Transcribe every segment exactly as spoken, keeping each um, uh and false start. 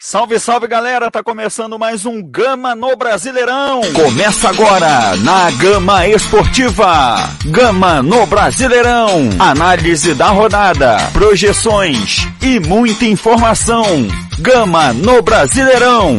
Salve, salve, galera! Tá começando mais um Gama no Brasileirão! Começa agora na Gama Esportiva. Gama no Brasileirão. Análise da rodada, projeções e muita informação. Gama no Brasileirão.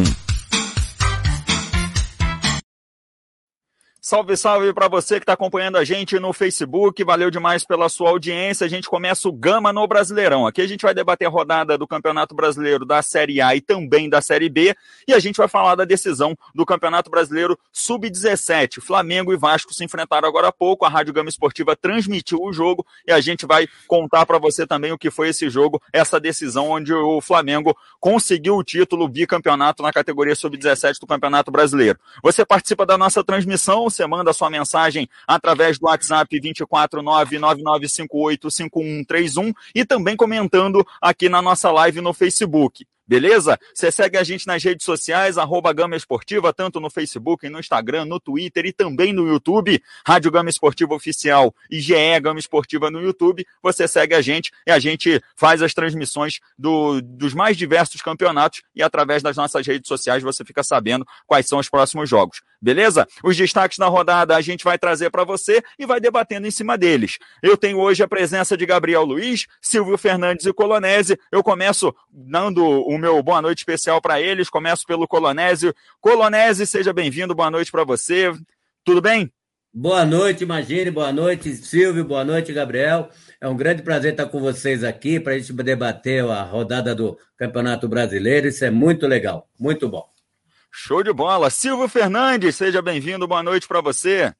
Salve, salve para você que está acompanhando a gente no Facebook, valeu demais pela sua audiência. A gente começa o Gama no Brasileirão. Aqui a gente vai debater a rodada do Campeonato Brasileiro da Série A e também da Série B, e a gente vai falar da decisão do Campeonato Brasileiro sub dezessete. Flamengo e Vasco se enfrentaram agora há pouco, a Rádio Gama Esportiva transmitiu o jogo e a gente vai contar para você também o que foi esse jogo, essa decisão onde o Flamengo conseguiu o título bicampeonato na categoria sub dezessete do Campeonato Brasileiro. Você participa da nossa transmissão, você manda sua mensagem através do WhatsApp vinte e quatro nove nove nove cinco oito cinco um três um e também comentando aqui na nossa live no Facebook. Beleza? Você segue a gente nas redes sociais, arroba Gama Esportiva, tanto no Facebook, no Instagram, no Twitter e também no YouTube, Rádio Gama Esportiva Oficial e G E Gama Esportiva no YouTube. Você segue a gente e a gente faz as transmissões do, dos mais diversos campeonatos e através das nossas redes sociais você fica sabendo quais são os próximos jogos. Beleza? Os destaques da rodada a gente vai trazer para você e vai debatendo em cima deles. Eu tenho hoje a presença de Gabriel Luiz, Silvio Fernandes e Colonese. Eu começo dando o meu boa noite especial para eles. Começo pelo Colonese. Colonese, seja bem-vindo. Boa noite para você. Tudo bem? Boa noite, Imagine. Boa noite, Silvio. Boa noite, Gabriel. É um grande prazer estar com vocês aqui para a gente debater a rodada do Campeonato Brasileiro. Isso é muito legal. Muito bom. Show de bola. Silvio Fernandes, seja bem-vindo. Boa noite para você.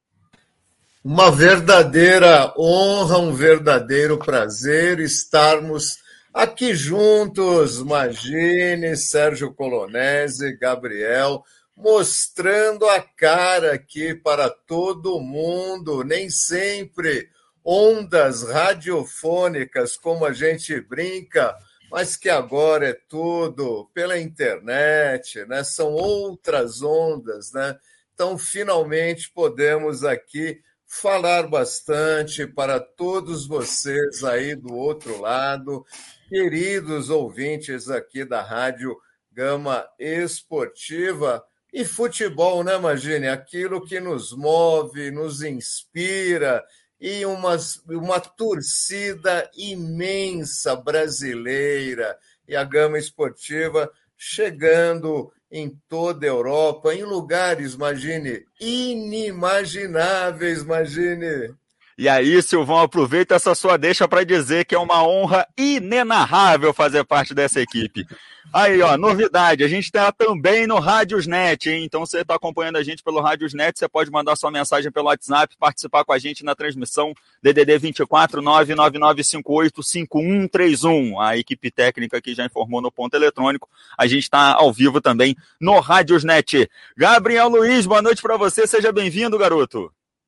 Uma verdadeira honra, um verdadeiro prazer estarmos aqui juntos, Imagine, Sérgio Colonese, Gabriel, mostrando a cara aqui para todo mundo, nem sempre ondas radiofônicas, como a gente brinca, mas que agora é tudo pela internet, né? São outras ondas, né? Então, finalmente, podemos aqui falar bastante para todos vocês aí do outro lado, queridos ouvintes aqui da Rádio Gama Esportiva. E futebol, né, Imagine? Aquilo que nos move, nos inspira, e uma, uma torcida imensa brasileira. E a Gama Esportiva chegando em toda a Europa, em lugares, Imagine, inimagináveis, Imagine. E aí, Silvão, aproveita essa sua deixa para dizer que é uma honra inenarrável fazer parte dessa equipe. Aí, ó, novidade, a gente está também no Rádiosnet, hein? Então, você está acompanhando a gente pelo Rádiosnet, você pode mandar sua mensagem pelo WhatsApp, participar com a gente na transmissão D D D vinte e quatro nove nove nove cinco oito cinco um três um. A equipe técnica aqui já informou no ponto eletrônico. A gente está ao vivo também no Rádiosnet. Gabriel Luiz, boa noite para você, seja bem-vindo, garoto.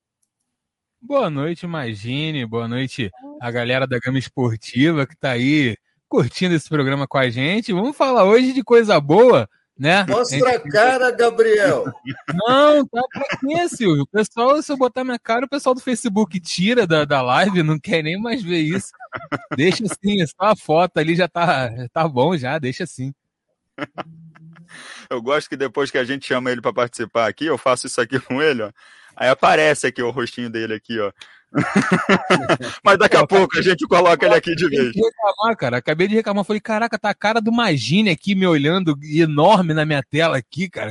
Boa noite, Imagine, boa noite a galera da Gama Esportiva que está aí curtindo esse programa com a gente. Vamos falar hoje de coisa boa, né? Mostra a cara, Gabriel. Não, tá pra quê, Silvio? O pessoal, se eu botar minha cara, o pessoal do Facebook tira da, da live, não quer nem mais ver isso. Deixa assim, só a foto ali já tá, tá bom, já, deixa assim. Eu gosto que depois que a gente chama ele para participar aqui, eu faço isso aqui com ele, ó. Aí aparece aqui o rostinho dele aqui, ó. Mas daqui a pouco a gente coloca ele aqui de vez. Reclamar, cara. Acabei de reclamar. Falei, caraca, tá a cara do Imagine aqui me olhando enorme na minha tela aqui, cara.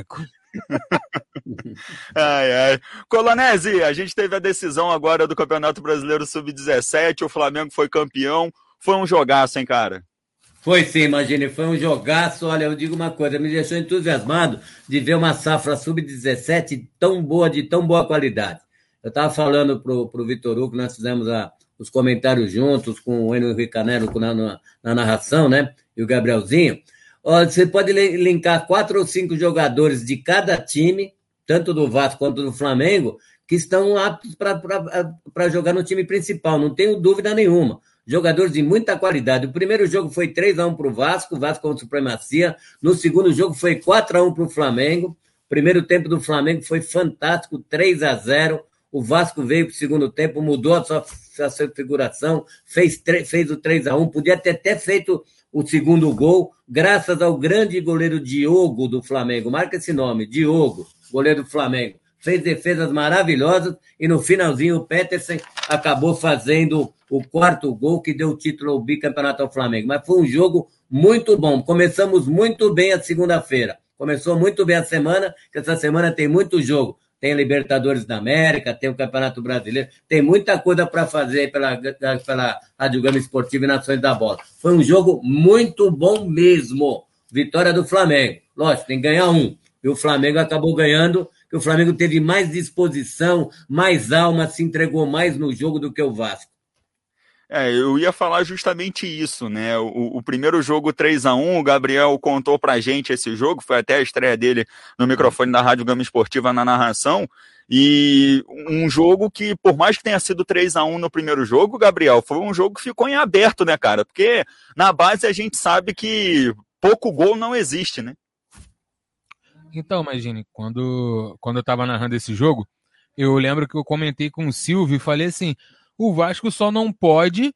Ai, ai. Colonese, a gente teve a decisão agora do Campeonato Brasileiro sub dezessete. O Flamengo foi campeão. Foi um jogaço, hein, cara? Foi sim, Imagine, foi um jogaço. Olha, eu digo uma coisa, me deixou entusiasmado de ver uma safra sub dezessete tão boa, de tão boa qualidade. Eu estava falando pro, pro Vitor Hugo, nós fizemos a, os comentários juntos com o Henrique Canelo na, na, na narração, né? E o Gabrielzinho. Olha, você pode linkar quatro ou cinco jogadores de cada time, tanto do Vasco quanto do Flamengo, que estão aptos para jogar no time principal, não tenho dúvida nenhuma. Jogadores de muita qualidade. O primeiro jogo foi três a um para o Vasco, o Vasco com supremacia. No segundo jogo foi quatro a um para o Flamengo. O primeiro tempo do Flamengo foi fantástico, três a zero. o Vasco veio para o segundo tempo, mudou a sua, a sua configuração, fez, fez o três a um, podia ter até feito o segundo gol, graças ao grande goleiro Diogo do Flamengo. Marca esse nome, Diogo, goleiro do Flamengo. Fez defesas maravilhosas e no finalzinho o Petersen acabou fazendo o quarto gol que deu o título ao bicampeonato ao Flamengo. Mas foi um jogo muito bom. Começamos muito bem a segunda-feira. Começou muito bem a semana, que essa semana tem muito jogo. Tem a Libertadores da América, tem o Campeonato Brasileiro, tem muita coisa para fazer pela, pela Rádio Gama Esportiva e Nações da Bola. Foi um jogo muito bom mesmo. Vitória do Flamengo. Lógico, tem que ganhar um. E o Flamengo acabou ganhando, que o Flamengo teve mais disposição, mais alma, se entregou mais no jogo do que o Vasco. É, eu ia falar justamente isso, né? O, o primeiro jogo três a um, o Gabriel contou pra gente esse jogo, foi até a estreia dele no microfone da Rádio Gama Esportiva na narração, e um jogo que, por mais que tenha sido três a um no primeiro jogo, Gabriel, foi um jogo que ficou em aberto, né, cara? Porque na base a gente sabe que pouco gol não existe, né? Então, imagine, quando, quando eu tava narrando esse jogo, eu lembro que eu comentei com o Silvio e falei assim, o Vasco só não pode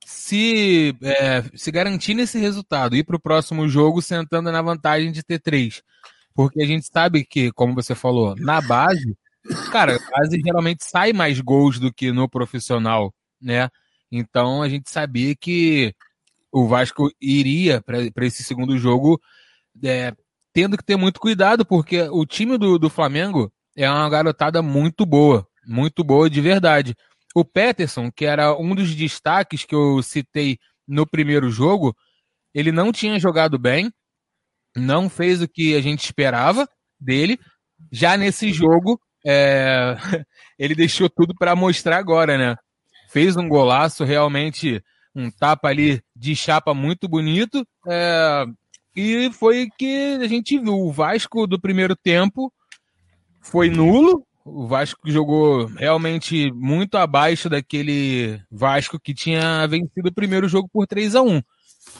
se, é, se garantir nesse resultado, ir para o próximo jogo sentando na vantagem de ter três. Porque a gente sabe que, como você falou, na base, cara, a base geralmente sai mais gols do que no profissional, né? Então a gente sabia que o Vasco iria para esse segundo jogo é, tendo que ter muito cuidado, porque o time do, do Flamengo é uma garotada muito boa, muito boa de verdade. O Peterson, que era um dos destaques que eu citei no primeiro jogo, ele não tinha jogado bem, não fez o que a gente esperava dele. Já nesse jogo, é... ele deixou tudo para mostrar agora, né? Fez um golaço, realmente um tapa ali de chapa muito bonito, é... e foi que a gente viu. O Vasco do primeiro tempo foi nulo. O Vasco jogou realmente muito abaixo daquele Vasco que tinha vencido o primeiro jogo por três a um.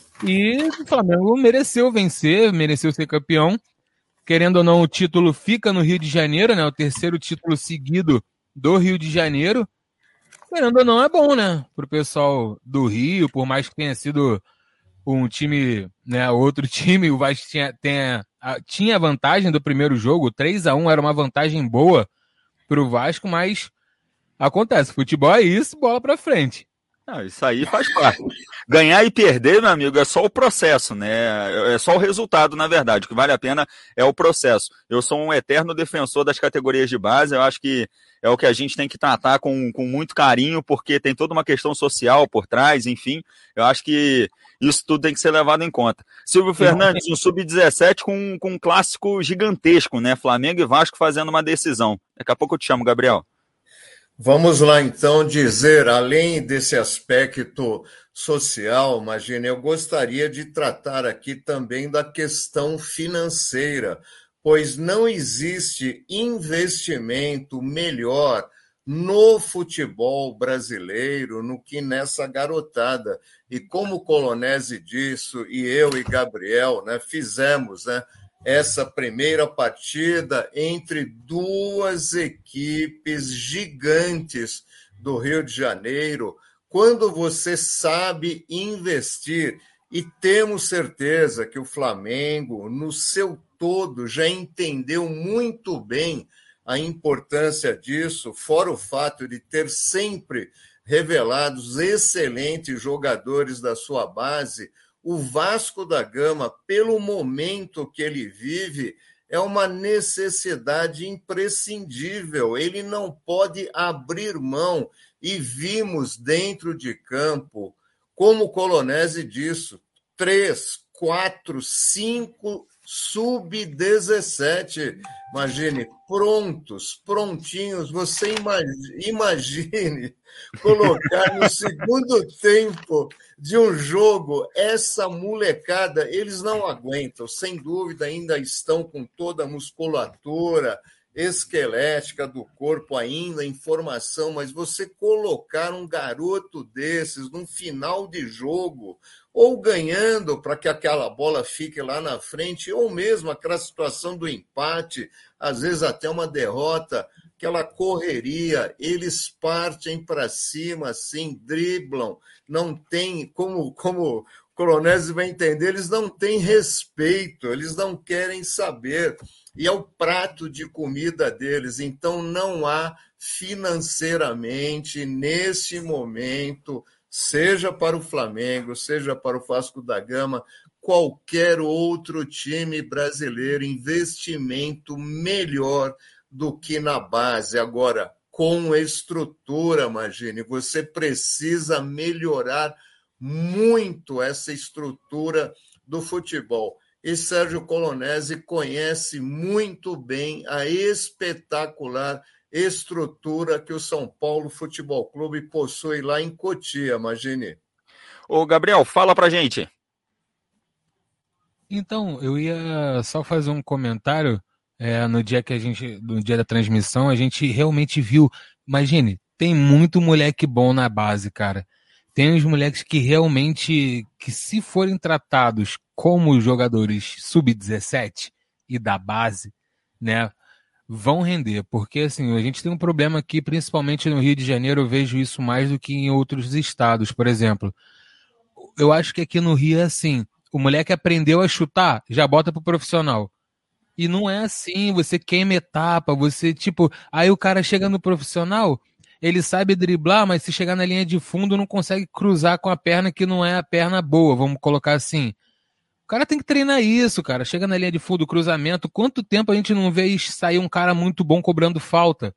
E o Flamengo mereceu vencer, mereceu ser campeão. Querendo ou não, o título fica no Rio de Janeiro, né? O terceiro título seguido do Rio de Janeiro. Querendo ou não, é bom, né? Pro pessoal do Rio, por mais que tenha sido um time, né? Outro time, o Vasco tinha, tenha, tinha vantagem do primeiro jogo. três a um era uma vantagem boa pro Vasco, mas acontece, futebol é isso, bola pra frente. Ah, isso aí faz parte. Ganhar e perder, meu amigo, é só o processo, né? É só o resultado, na verdade. O que vale a pena é o processo. Eu sou um eterno defensor das categorias de base, eu acho que é o que a gente tem que tratar com, com muito carinho, porque tem toda uma questão social por trás, enfim. Eu acho que isso tudo tem que ser levado em conta. Silvio Fernandes, um sub dezessete com, com um clássico gigantesco, né? Flamengo e Vasco fazendo uma decisão. Daqui a pouco eu te chamo, Gabriel. Vamos lá, então, dizer, além desse aspecto social, imagine, eu gostaria de tratar aqui também da questão financeira, pois não existe investimento melhor no futebol brasileiro no que nessa garotada. E como o Colonese disso, e eu e Gabriel, né, fizemos, né, essa primeira partida entre duas equipes gigantes do Rio de Janeiro, quando você sabe investir, e temos certeza que o Flamengo, no seu todo, já entendeu muito bem a importância disso, fora o fato de ter sempre revelado os excelentes jogadores da sua base. O Vasco da Gama, pelo momento que ele vive, é uma necessidade imprescindível. Ele não pode abrir mão. E vimos dentro de campo, como o Colonese disse, três, quatro, cinco sub dezessete. Imagine, prontos, prontinhos. Você imagine colocar no segundo tempo de um jogo essa molecada, eles não aguentam, sem dúvida, ainda estão com toda a musculatura esquelética do corpo ainda em formação, mas você colocar um garoto desses num final de jogo, ou ganhando para que aquela bola fique lá na frente, ou mesmo aquela situação do empate, às vezes até uma derrota, aquela correria, eles partem para cima, assim, driblam, não tem, como, como o Colonese vai entender, eles não têm respeito, eles não querem saber, e é o prato de comida deles, então não há financeiramente, nesse momento, seja para o Flamengo, seja para o Vasco da Gama, qualquer outro time brasileiro, investimento melhor do que na base. Agora, com estrutura, imagine, você precisa melhorar muito essa estrutura do futebol. E Sérgio Colonese conhece muito bem a espetacular estrutura que o São Paulo Futebol Clube possui lá em Cotia, imagine. Ô, Gabriel, fala pra gente. Então, eu ia só fazer um comentário. É, no dia que a gente, no dia da transmissão, a gente realmente viu. Imagine, tem muito moleque bom na base, cara. Tem uns moleques que realmente, que se forem tratados como jogadores sub dezessete e da base, né, vão render. Porque, assim, a gente tem um problema aqui, principalmente no Rio de Janeiro, eu vejo isso mais do que em outros estados, por exemplo. Eu acho que aqui no Rio é assim, o moleque aprendeu a chutar, já bota pro profissional. E não é assim, você queima etapa, você, tipo, aí o cara chega no profissional, ele sabe driblar, mas se chegar na linha de fundo não consegue cruzar com a perna que não é a perna boa, vamos colocar assim. O cara tem que treinar isso, cara. Chega na linha de fundo, cruzamento, quanto tempo a gente não vê sair um cara muito bom cobrando falta?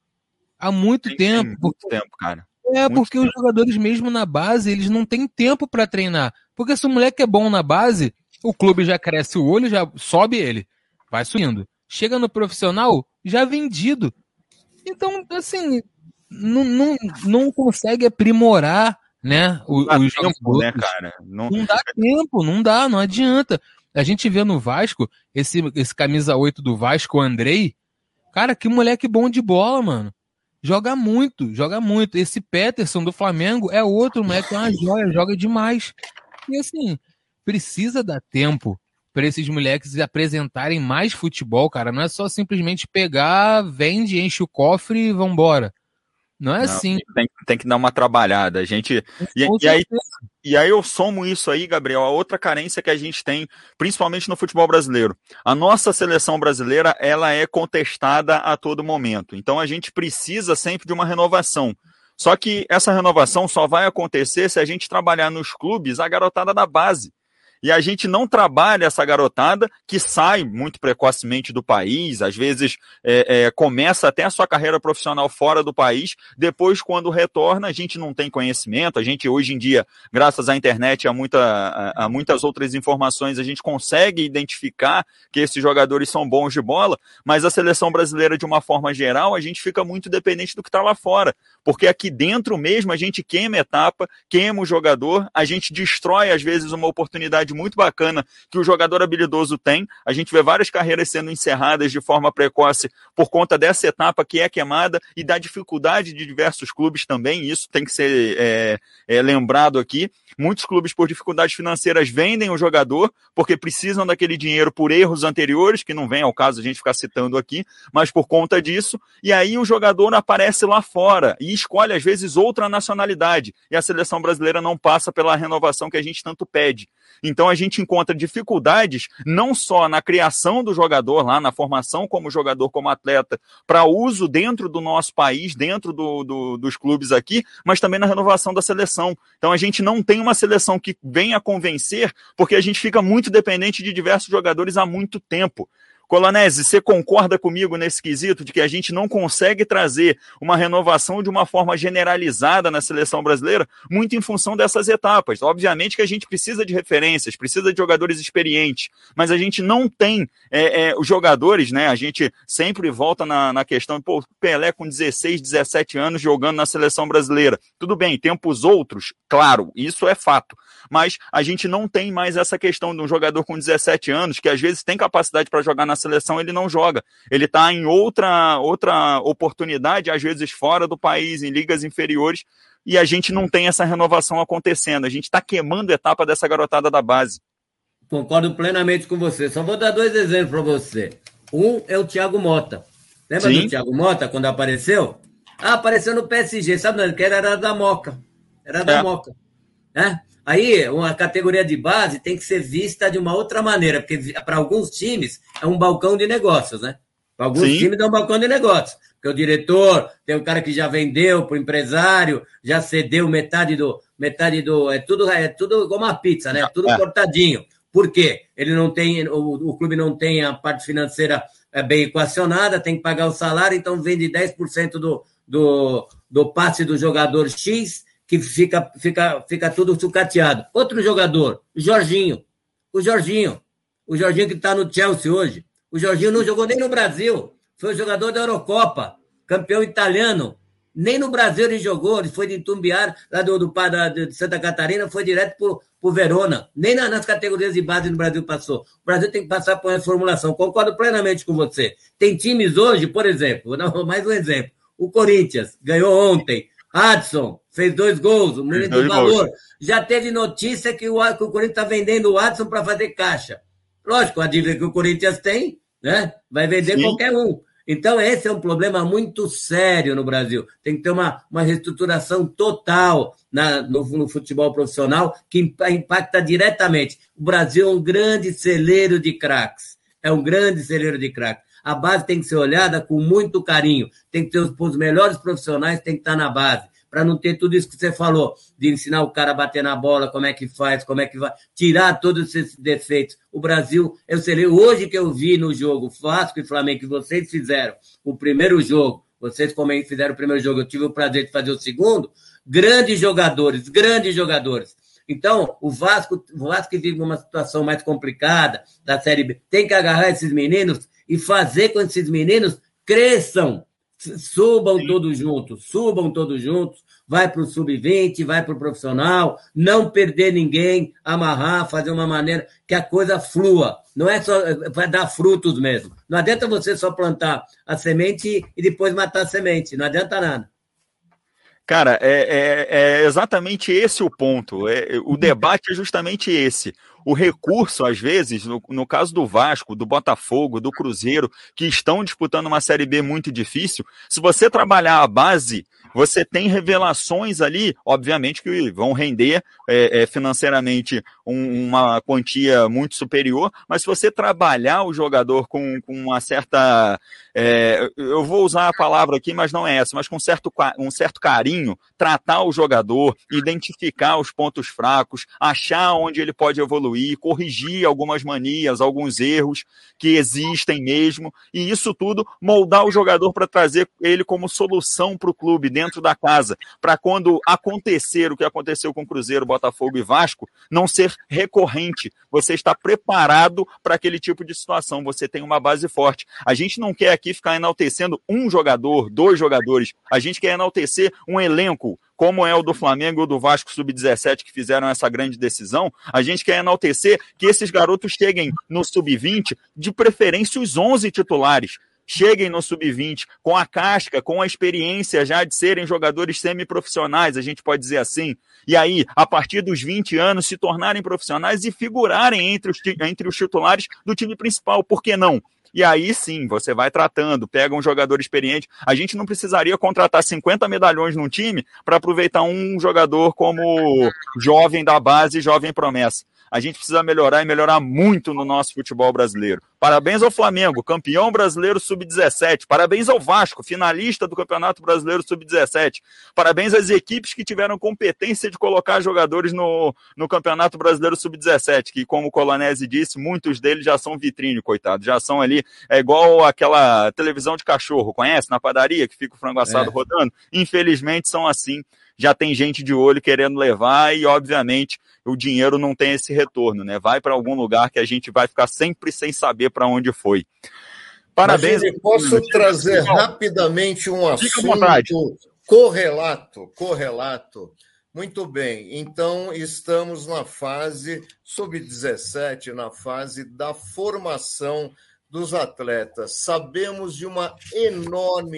Há muito Tem, tempo. tem muito porque... tempo, cara. É, muito porque tempo. Os jogadores mesmo na base, eles não têm tempo pra treinar. Porque se o moleque é bom na base, o clube já cresce o olho, já sobe ele. Vai subindo. Chega no profissional, já vendido. Então, assim, não, não, não consegue aprimorar, né, os, Não dá os tempo, jogadores. né, cara? Não... não dá tempo, não dá, não adianta. A gente vê no Vasco, esse, esse camisa oito do Vasco, o Andrei, cara, que moleque bom de bola, mano. Joga muito, joga muito. Esse Peterson do Flamengo é outro moleque, é uma joia, joga demais. E assim, precisa dar tempo para esses moleques apresentarem mais futebol, cara. Não é só simplesmente pegar, vende, enche o cofre e vambora. Não é Não, assim. Tem, tem que dar uma trabalhada. A gente. E, e, aí, e aí eu somo isso aí, Gabriel, a outra carência que a gente tem, principalmente no futebol brasileiro. A nossa seleção brasileira, ela é contestada a todo momento. Então a gente precisa sempre de uma renovação. Só que essa renovação só vai acontecer se a gente trabalhar nos clubes a garotada da base. E a gente não trabalha essa garotada que sai muito precocemente do país, às vezes é, é, começa até a sua carreira profissional fora do país, depois quando retorna a gente não tem conhecimento, a gente hoje em dia, graças à internet e a, muita, a, a muitas outras informações, a gente consegue identificar que esses jogadores são bons de bola, mas a seleção brasileira de uma forma geral, a gente fica muito dependente do que está lá fora, porque aqui dentro mesmo a gente queima etapa, queima o jogador, a gente destrói às vezes uma oportunidade muito bacana que o jogador habilidoso tem. A gente vê várias carreiras sendo encerradas de forma precoce por conta dessa etapa que é queimada e da dificuldade de diversos clubes também. Isso tem que ser é, é, lembrado aqui. Muitos clubes, por dificuldades financeiras, vendem o jogador porque precisam daquele dinheiro por erros anteriores, que não vem ao caso a gente ficar citando aqui, mas por conta disso. E aí o jogador aparece lá fora e escolhe, às vezes, outra nacionalidade. E a seleção brasileira não passa pela renovação que a gente tanto pede. Então a gente encontra dificuldades não só na criação do jogador lá, na formação como jogador, como atleta, para uso dentro do nosso país, dentro do, do, dos clubes aqui, mas também na renovação da seleção. Então a gente não tem uma seleção que venha convencer, porque a gente fica muito dependente de diversos jogadores há muito tempo. Colonese, você concorda comigo nesse quesito de que a gente não consegue trazer uma renovação de uma forma generalizada na seleção brasileira, muito em função dessas etapas? Obviamente que a gente precisa de referências, precisa de jogadores experientes, mas a gente não tem é, é, os jogadores, né? A gente sempre volta na, na questão, pô, Pelé com dezesseis, dezessete anos jogando na seleção brasileira. Tudo bem, tempos outros, claro, isso é fato. Mas a gente não tem mais essa questão de um jogador com dezessete anos, que às vezes tem capacidade para jogar na seleção, ele não joga. Ele está em outra, outra oportunidade, às vezes fora do país, em ligas inferiores, e a gente não tem essa renovação acontecendo. A gente está queimando a etapa dessa garotada da base. Concordo plenamente com você. Só vou dar dois exemplos para você. Um é o Thiago Mota. Lembra Sim. do Thiago Mota, quando apareceu? Ah, apareceu no P S G, sabe onde que era? Era da Moca. Era da É. Moca. Né? Aí, uma categoria de base tem que ser vista de uma outra maneira, porque para alguns times é um balcão de negócios, né? Para alguns Sim. times é um balcão de negócios. Porque o diretor, tem um cara que já vendeu para o empresário, já cedeu metade do... Metade do é, tudo, é tudo como uma pizza, né? Tudo É. cortadinho. Por quê? Ele não tem, o, o clube não tem a parte financeira é, bem equacionada, tem que pagar o salário, então vende dez por cento do, do, do passe do jogador X, que fica, fica, fica tudo sucateado. Outro jogador, o Jorginho. O Jorginho. O Jorginho que está no Chelsea hoje. O Jorginho não jogou nem no Brasil. Foi o jogador da Eurocopa, campeão italiano. Nem no Brasil ele jogou, ele foi de Itumbiara, lá do, do, da, de Santa Catarina, foi direto para o Verona. Nem na, nas categorias de base no Brasil passou. O Brasil tem que passar por uma reformulação. Concordo plenamente com você. Tem times hoje, por exemplo, vou dar mais um exemplo. O Corinthians ganhou ontem. Adson fez dois gols, o menino de valor. Já teve notícia que o, que o Corinthians está vendendo o Adson para fazer caixa. Lógico, a dívida que o Corinthians tem, né? Vai vender Sim. qualquer um. Então, esse é um problema muito sério no Brasil. Tem que ter uma, uma reestruturação total na, no, no futebol profissional que impacta diretamente. O Brasil é um grande celeiro de craques. É um grande celeiro de craques. A base tem que ser olhada com muito carinho. Tem que ter os, os melhores profissionais, tem que estar na base. Para não ter tudo isso que você falou, de ensinar o cara a bater na bola, como é que faz, como é que vai, tirar todos esses defeitos. O Brasil, eu sei, hoje que eu vi no jogo Vasco e Flamengo, que vocês fizeram o primeiro jogo, vocês como fizeram o primeiro jogo, eu tive o prazer de fazer o segundo, grandes jogadores, grandes jogadores. Então, o Vasco, o Vasco que vive numa situação mais complicada da Série B, tem que agarrar esses meninos e fazer com que esses meninos cresçam. Subam Sim. todos juntos, subam todos juntos, vai para o sub vinte, vai para o profissional, não perder ninguém, amarrar, fazer uma maneira que a coisa flua. Não é só, vai dar frutos mesmo. Não adianta você só plantar a semente e depois matar a semente, não adianta nada. Cara, é, é, é exatamente esse o ponto. É, o debate é justamente esse. O recurso, às vezes, no, no caso do Vasco, do Botafogo, do Cruzeiro, que estão disputando uma Série B muito difícil, se você trabalhar a base, você tem revelações ali, obviamente, que vão render é, é, financeiramente um, uma quantia muito superior, mas se você trabalhar o jogador com, com uma certa... É, eu vou usar a palavra aqui, mas não é essa, mas com certo, um certo carinho, tratar o jogador, identificar os pontos fracos, achar onde ele pode evoluir, corrigir algumas manias, alguns erros que existem mesmo, e isso tudo moldar o jogador para trazer ele como solução para o clube dentro da casa, para quando acontecer o que aconteceu com Cruzeiro, Botafogo e Vasco, não ser recorrente. Você está preparado para aquele tipo de situação, você tem uma base forte. A gente não quer aqui ficar enaltecendo um jogador, dois jogadores, a gente quer enaltecer um elenco, como é o do Flamengo e o do Vasco sub dezessete, que fizeram essa grande decisão. A gente quer enaltecer que esses garotos cheguem no sub vinte, de preferência os onze titulares, cheguem no sub vinte com a casca, com a experiência já de serem jogadores semiprofissionais, a gente pode dizer assim, e aí, a partir dos vinte anos, se tornarem profissionais e figurarem entre os, entre os titulares do time principal, por que não? E aí sim, você vai tratando, pega um jogador experiente. A gente não precisaria contratar cinquenta medalhões num time para aproveitar um jogador como jovem da base, jovem promessa. A gente precisa melhorar e melhorar muito no nosso futebol brasileiro. Parabéns ao Flamengo, campeão brasileiro sub dezessete. Parabéns ao Vasco, finalista do Campeonato Brasileiro sub dezessete. Parabéns às equipes que tiveram competência de colocar jogadores no, no Campeonato Brasileiro sub dezessete, que, como o Colonese disse, muitos deles já são vitrine, coitado. Já são ali, é igual aquela televisão de cachorro, conhece? Na padaria, que fica o frango assado é. rodando. Infelizmente são assim. Já tem gente de olho querendo levar e, obviamente, o dinheiro não tem esse retorno, né? Vai para algum lugar que a gente vai ficar sempre sem saber para onde foi. Parabéns. Mas, posso trazer rapidamente um assunto correlato, correlato. Muito bem, então estamos na fase sub dezessete, na fase da formação dos atletas. Sabemos de uma enorme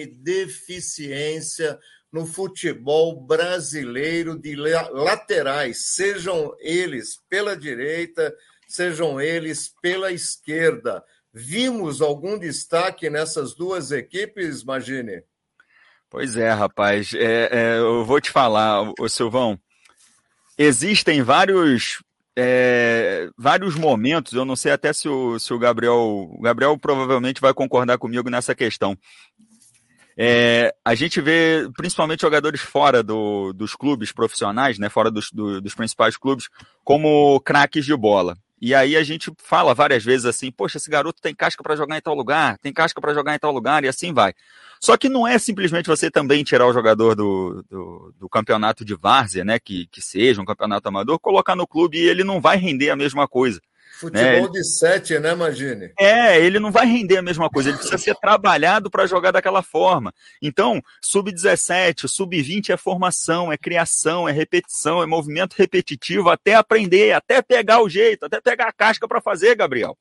deficiência no futebol brasileiro de laterais, sejam eles pela direita, sejam eles pela esquerda. Vimos algum destaque nessas duas equipes, Magini? Pois é, rapaz. É, é, eu vou te falar, ô Silvão. Existem vários, é, vários momentos, eu não sei até se o, se o Gabriel... O Gabriel provavelmente vai concordar comigo nessa questão. É, a gente vê, principalmente jogadores fora do, dos clubes profissionais, né, fora dos, do, dos principais clubes, como craques de bola. E aí a gente fala várias vezes assim, poxa, esse garoto tem casca para jogar em tal lugar, tem casca para jogar em tal lugar, e assim vai. Só que não é simplesmente você também tirar o jogador do, do, do campeonato de várzea, né, que, que seja um campeonato amador, colocar no clube e ele não vai render a mesma coisa. Futebol né? de sete, né, Magini? É, ele não vai render a mesma coisa, ele precisa ser trabalhado para jogar daquela forma. Então, sub dezessete, sub vinte é formação, é criação, é repetição, é movimento repetitivo, até aprender, até pegar o jeito, até pegar a casca para fazer, Gabriel.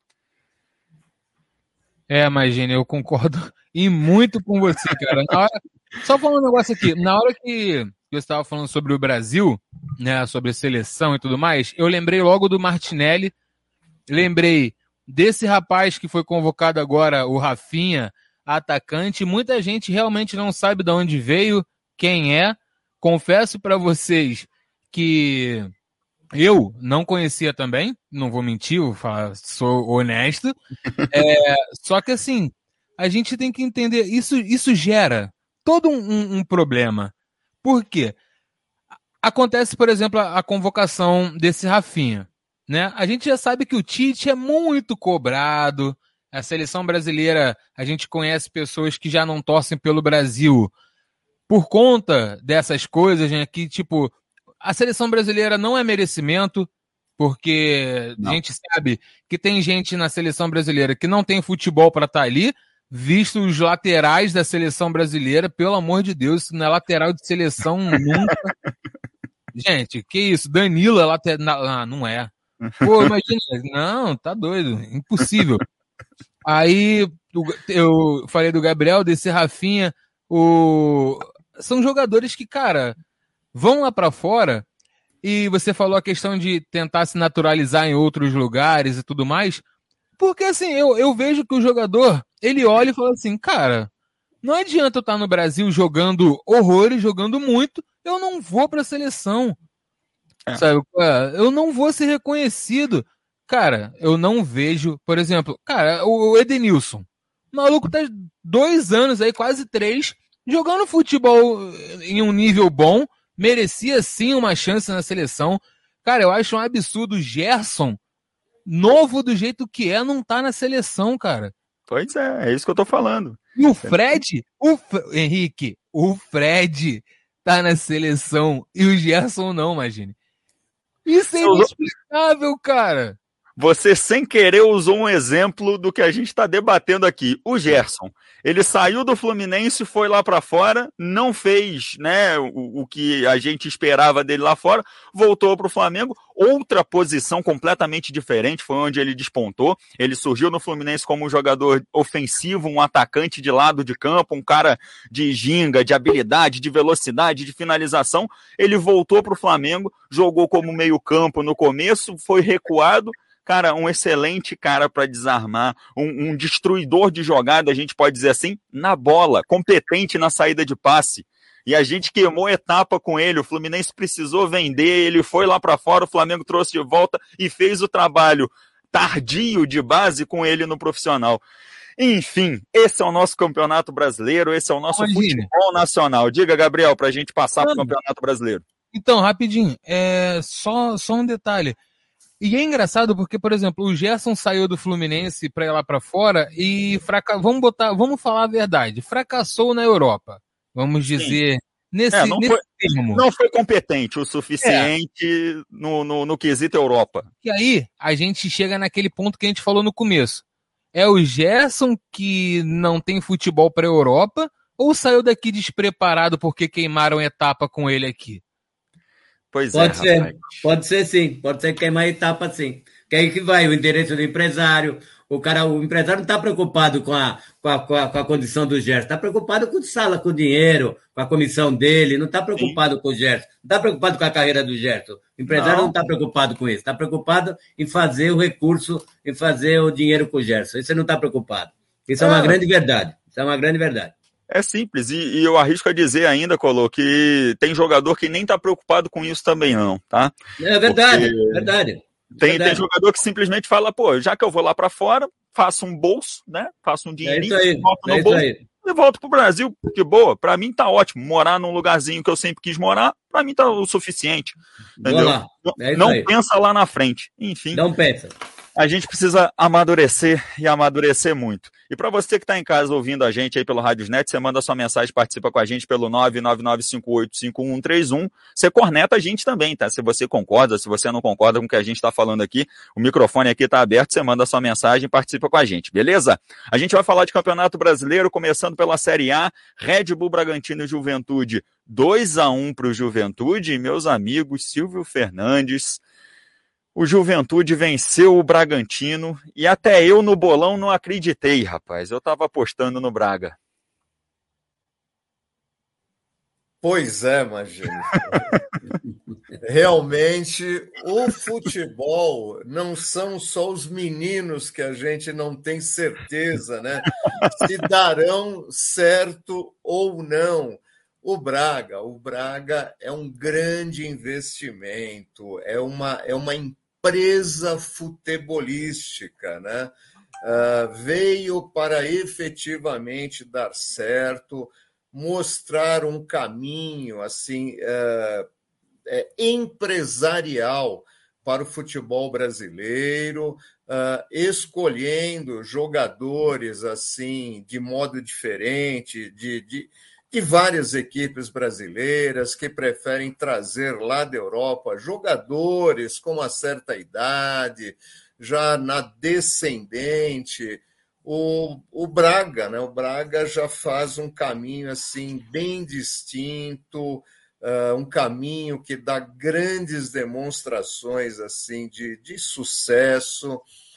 É, Magini, eu concordo e muito com você, cara. Na hora... Só falando um negócio aqui, na hora que você estava falando sobre o Brasil, né, sobre seleção e tudo mais, eu lembrei logo do Martinelli. Lembrei desse rapaz que foi convocado agora, o Rafinha, atacante. Muita gente realmente não sabe de onde veio, quem é. Confesso para vocês que eu não conhecia também, não vou mentir, vou falar, sou honesto. É, só que assim, a gente tem que entender, isso, isso gera todo um, um, um problema. Por quê? Acontece, por exemplo, a, a convocação desse Rafinha. Né? A gente já sabe que o Tite é muito cobrado, a seleção brasileira, a gente conhece pessoas que já não torcem pelo Brasil por conta dessas coisas, né? Que tipo, a seleção brasileira não é merecimento, porque não. A gente sabe que tem gente na seleção brasileira que não tem futebol para estar ali, visto os laterais da seleção brasileira, pelo amor de Deus, isso não é lateral de seleção nunca. Gente, que isso, Danilo é lateral, ah, não é. Pô, imagina, não, tá doido, impossível. Aí eu falei do Gabriel, desse Rafinha, o... são jogadores que, cara, vão lá pra fora, e você falou a questão de tentar se naturalizar em outros lugares e tudo mais, porque assim, eu, eu vejo que o jogador, ele olha e fala assim, cara, não adianta eu estar no Brasil jogando horrores, jogando muito, eu não vou pra seleção. É. Sabe, eu não vou ser reconhecido. Cara, eu não vejo, por exemplo, cara, o Edenilson. O maluco tá dois anos aí, quase três, jogando futebol em um nível bom, merecia sim uma chance na seleção. Cara, eu acho um absurdo o Gerson, novo do jeito que é, não tá na seleção, cara. Pois é, é isso que eu tô falando. E o Fred, o F... Henrique, o Fred tá na seleção e o Gerson não, imagine. Isso é inexplicável, cara. Você, sem querer, usou um exemplo do que a gente está debatendo aqui. O Gerson, ele saiu do Fluminense, foi lá para fora, não fez, né, o, o que a gente esperava dele lá fora, voltou para o Flamengo, outra posição completamente diferente, foi onde ele despontou. Ele surgiu no Fluminense como um jogador ofensivo, um atacante de lado de campo, um cara de ginga, de habilidade, de velocidade, de finalização. Ele voltou para o Flamengo, jogou como meio-campo no começo, foi recuado. Cara, um excelente cara para desarmar, um, um destruidor de jogada, a gente pode dizer assim, na bola, competente na saída de passe. E a gente queimou etapa com ele, o Fluminense precisou vender, ele foi lá para fora, o Flamengo trouxe de volta e fez o trabalho tardio de base com ele no profissional. Enfim, esse é o nosso campeonato brasileiro, esse é o nosso Imagina. futebol nacional. Diga, Gabriel, para a gente passar para o campeonato brasileiro. Então, rapidinho, é só, só um detalhe. E é engraçado porque, por exemplo, o Gerson saiu do Fluminense para ir lá para fora e fraca... vamos botar, vamos falar a verdade, fracassou na Europa, vamos dizer, Sim. nesse, é, não nesse foi, termo. Não foi competente o suficiente é. no, no, no quesito Europa. E aí, a gente chega naquele ponto que a gente falou no começo. É o Gerson que não tem futebol para a Europa ou saiu daqui despreparado porque queimaram etapa com ele aqui? Pois pode é, ser, rapaz. Pode ser sim, pode ser queimar etapa sim. Que aí que vai o endereço do empresário, O cara, o empresário não está preocupado com a, com, a, com, a, com a condição do Gerson, está preocupado com o sala, com o dinheiro, com a comissão dele, não está preocupado Sim. com o Gerson, não está preocupado com a carreira do Gerson. O empresário não está preocupado com isso, está preocupado em fazer o recurso, em fazer o dinheiro com o Gerson. Isso ele não está preocupado. Isso é, é uma grande verdade. Isso é uma grande verdade. É simples, e, e eu arrisco a dizer ainda, Colô, que tem jogador que nem está preocupado com isso também não, tá? É verdade, Porque... verdade. Tem, tem jogador que simplesmente fala, pô, já que eu vou lá para fora, faço um bolso, né? Faço um dinheirinho, é aí, volto é no bolso aí. e volto pro Brasil. Que boa, para mim tá ótimo. Morar num lugarzinho que eu sempre quis morar, para mim tá o suficiente. Entendeu? Lá. É não aí. pensa lá na frente. Enfim. Não pensa. A gente precisa amadurecer e amadurecer muito. E para você que está em casa ouvindo a gente aí pelo Radiosnet, você manda sua mensagem, participa com a gente pelo nove nove nove cinco oito cinco um três um. Você corneta a gente também, tá? Se você concorda, se você não concorda com o que a gente está falando aqui, o microfone aqui está aberto, você manda sua mensagem e participa com a gente, beleza? A gente vai falar de Campeonato Brasileiro, começando pela Série A, Red Bull Bragantino e Juventude, dois a um para o Juventude, e meus amigos Silvio Fernandes... O Juventude venceu o Bragantino e até eu no bolão não acreditei, rapaz. Eu estava apostando no Braga. Pois é, imagina. Realmente, o futebol não são só os meninos que a gente não tem certeza, né? Se darão certo ou não. O Braga, o Braga é um grande investimento, é uma, é uma empresa futebolística, né? Uh, veio para efetivamente dar certo, mostrar um caminho assim uh, é, empresarial para o futebol brasileiro, uh, escolhendo jogadores assim de modo diferente, de, de de várias equipes brasileiras que preferem trazer lá da Europa jogadores com uma certa idade, já na descendente. O, o Braga, né? O Braga já faz um caminho assim bem distinto, uh, um caminho que dá grandes demonstrações assim de, de sucesso,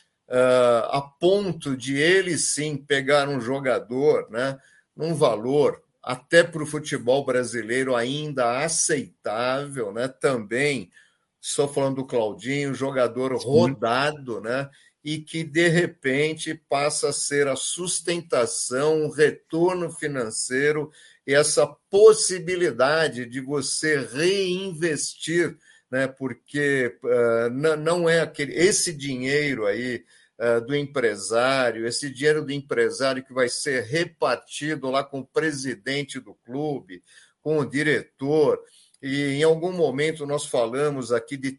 uh, a ponto de ele sim pegar um jogador, né? Num valor até para o futebol brasileiro ainda aceitável, né? Também, estou falando do Claudinho, jogador rodado, né? E que, de repente, passa a ser a sustentação, o retorno financeiro e essa possibilidade de você reinvestir, né? Porque uh, não é aquele esse dinheiro aí do empresário, esse dinheiro do empresário que vai ser repartido lá com o presidente do clube, com o diretor, e em algum momento nós falamos aqui de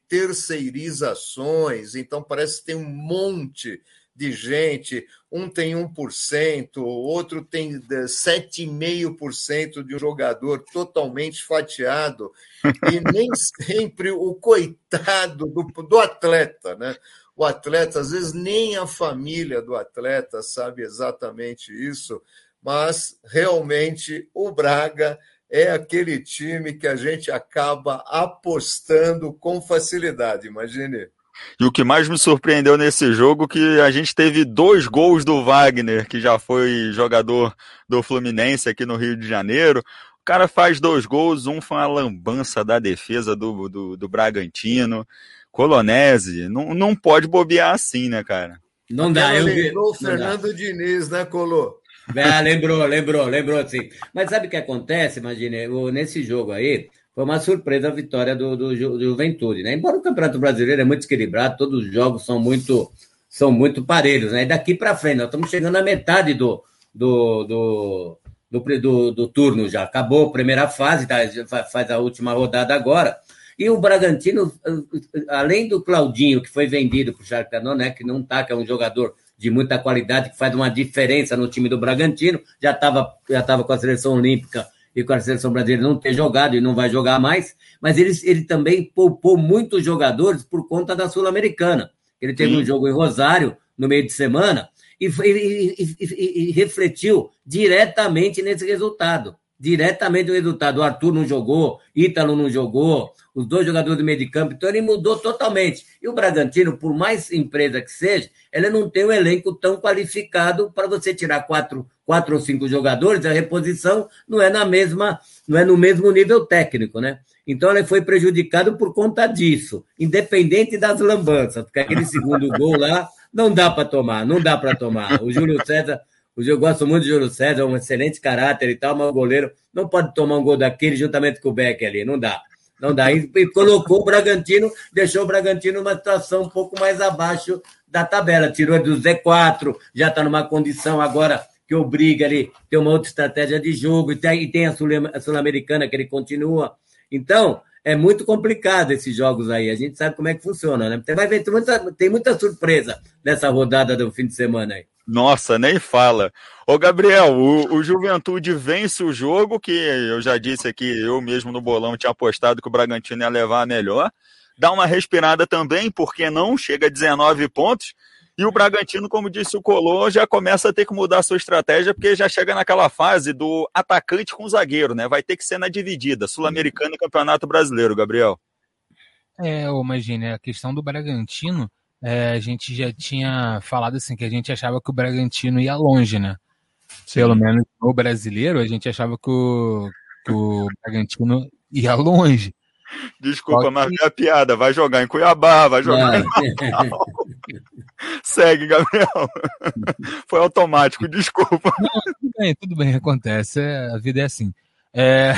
terceirizações, então parece que tem um monte de gente, um tem um por cento, outro tem sete vírgula cinco por cento de um jogador totalmente fatiado, e nem sempre o coitado do, do atleta, né? O atleta, às vezes, nem a família do atleta sabe exatamente isso, mas realmente o Braga é aquele time que a gente acaba apostando com facilidade, imagine. E o que mais me surpreendeu nesse jogo é que a gente teve dois gols do Wagner, que já foi jogador do Fluminense aqui no Rio de Janeiro. O cara faz dois gols, um foi uma lambança da defesa do, do, do Bragantino. Colonese, não, não pode bobear assim, né, cara? Não dá. Eu lembrou o Fernando dá. Diniz, né, Colô? É, lembrou, lembrou, lembrou, sim. Mas sabe o que acontece, imagine, nesse jogo aí, foi uma surpresa a vitória do, do, do Juventude, né? Embora o Campeonato Brasileiro é muito equilibrado, todos os jogos são muito, são muito parelhos, né? E daqui para frente, nós estamos chegando à metade do, do, do, do, do, do turno já. Acabou a primeira fase, tá? Faz a última rodada agora. E o Bragantino, além do Claudinho, que foi vendido para o Charcano, né, que não está, que é um jogador de muita qualidade, que faz uma diferença no time do Bragantino, já estava já tava com a seleção olímpica e com a seleção brasileira não ter jogado e não vai jogar mais, mas ele, ele também poupou muitos jogadores por conta da Sul-Americana. Ele teve Sim. um jogo em Rosário, no meio de semana, e, e, e, e, e refletiu diretamente nesse resultado. diretamente do resultado. O Arthur não jogou, Ítalo não jogou, os dois jogadores do meio de campo, então ele mudou totalmente. E o Bragantino, por mais empresa que seja, ele não tem um elenco tão qualificado para você tirar quatro, quatro ou cinco jogadores, a reposição não é na mesma, não é no mesmo nível técnico, né? Então ele foi prejudicado por conta disso, independente das lambanças, porque aquele segundo gol lá não dá para tomar, não dá para tomar. O Júlio César, eu gosto muito do Júlio César, um excelente caráter e tal, mas o goleiro não pode tomar um gol daquele juntamente com o Beck ali, não dá. Não dá. E colocou o Bragantino, deixou o Bragantino numa situação um pouco mais abaixo da tabela. Tirou do Z quatro, já está numa condição agora que obriga ele a ter uma outra estratégia de jogo, e tem, e tem a Sul-Americana que ele continua. Então, é muito complicado esses jogos aí. A gente sabe como é que funciona, né? Você vai ver, tem muita, tem muita surpresa nessa rodada do fim de semana aí. Nossa, nem fala. Ô, Gabriel, o, o Juventude vence o jogo, que eu já disse aqui, eu mesmo no bolão tinha apostado que o Bragantino ia levar a melhor. Dá uma respirada também, porque não chega a dezenove pontos. E o Bragantino, como disse o Colô, já começa a ter que mudar a sua estratégia, porque já chega naquela fase do atacante com zagueiro, né? Vai ter que ser na dividida, Sul-Americana e Campeonato Brasileiro, Gabriel. É, imagina, a questão do Bragantino, é, a gente já tinha falado assim, que a gente achava que o Bragantino ia longe, né? Sim. Pelo menos no brasileiro, a gente achava que o, que o Bragantino ia longe. Desculpa, que... mas é a piada. Vai jogar em Cuiabá, vai jogar não. em Natal. Segue, Gabriel. Foi automático, desculpa. Não, tudo bem, tudo bem, acontece. É, a vida é assim. É...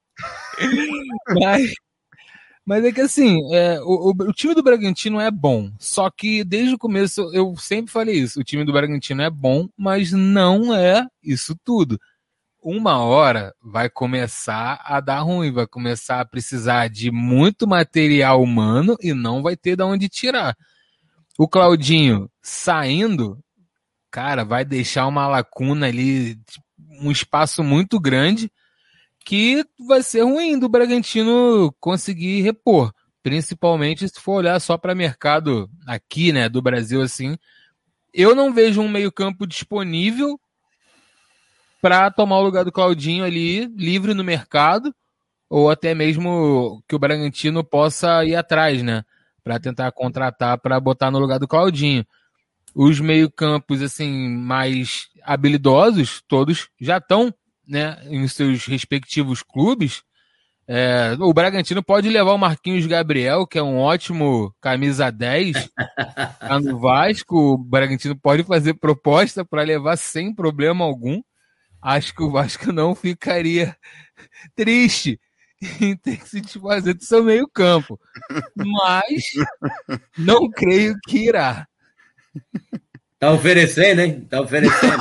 mas, mas é que assim, é, o, o, o time do Bragantino é bom. Só que desde o começo eu sempre falei isso. O time do Bragantino é bom, mas não é isso tudo. Uma hora vai começar a dar ruim, vai começar a precisar de muito material humano e não vai ter de onde tirar. O Claudinho saindo, cara, vai deixar uma lacuna ali, um espaço muito grande que vai ser ruim do Bragantino conseguir repor. Principalmente se for olhar só para mercado aqui, né, do Brasil, assim. Eu não vejo um meio-campo disponível para tomar o lugar do Claudinho ali, livre no mercado, ou até mesmo que o Bragantino possa ir atrás, né? Para tentar contratar para botar no lugar do Claudinho. Os meio-campos, assim, mais habilidosos, todos já estão, né, em seus respectivos clubes. É, o Bragantino pode levar o Marquinhos Gabriel, que é um ótimo camisa dez, tá no Vasco. O Bragantino pode fazer proposta para levar sem problema algum. Acho que o Vasco não ficaria triste em ter que se desfazer do seu meio campo. Mas não creio que irá. Tá oferecendo, hein? Tá oferecendo.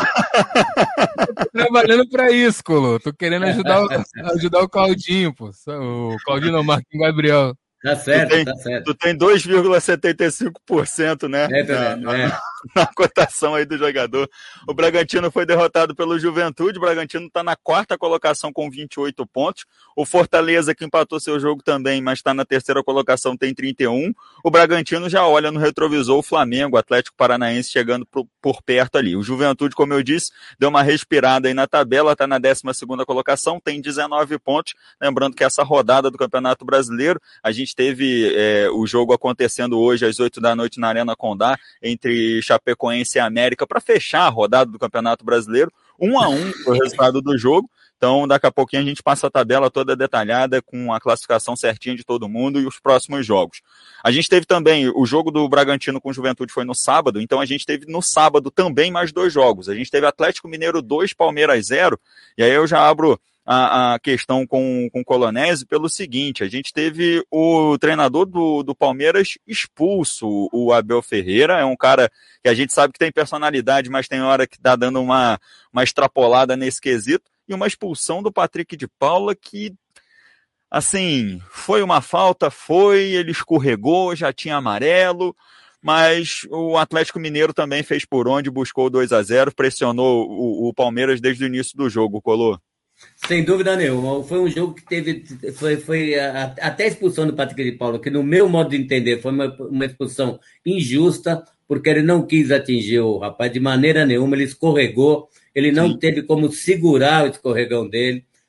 Tô trabalhando para isso, Colô. Tô querendo ajudar o, ajudar o Claudinho, pô. O Claudinho não, o Marquinhos Gabriel. Tá certo, tu tem, tá certo. Tu tem dois vírgula setenta e cinco por cento, né? É, na, na, é. na cotação aí do jogador. O Bragantino foi derrotado pelo Juventude. O Bragantino está na quarta colocação com vinte e oito pontos. O Fortaleza, que empatou seu jogo também, mas está na terceira colocação, tem trinta e um. O Bragantino já olha no retrovisor o Flamengo, o Atlético Paranaense chegando por, por perto ali. O Juventude, como eu disse, deu uma respirada aí na tabela, está na décima segunda colocação, tem dezenove pontos. Lembrando que essa rodada do Campeonato Brasileiro, a gente teve é, o jogo acontecendo hoje às oito da noite na Arena Condá, entre Chapecoense e América, para fechar a rodada do Campeonato Brasileiro. Um a um foi o resultado do jogo. Então, daqui a pouquinho a gente passa a tabela toda detalhada, com a classificação certinha de todo mundo e os próximos jogos. A gente teve também, o jogo do Bragantino com o Juventude foi no sábado, então a gente teve no sábado também mais dois jogos. A gente teve Atlético Mineiro dois, Palmeiras zero, e aí eu já abro a, a questão com, com o Colonese pelo seguinte: a gente teve o treinador do, do Palmeiras expulso, o Abel Ferreira. É um cara que a gente sabe que tem personalidade, mas tem hora que tá dando uma, uma extrapolada nesse quesito, e uma expulsão do Patrick de Paula que, assim, foi uma falta, foi, ele escorregou, já tinha amarelo, mas o Atlético Mineiro também fez por onde, buscou dois a zero, pressionou o, o Palmeiras desde o início do jogo, Colô. Sem dúvida nenhuma, foi um jogo que teve, foi, foi a, até a expulsão do Patrick de Paula, que no meu modo de entender foi uma, uma expulsão injusta, porque ele não quis atingir o rapaz de maneira nenhuma, ele escorregou, ele não Sim. teve como segurar o escorregão dele,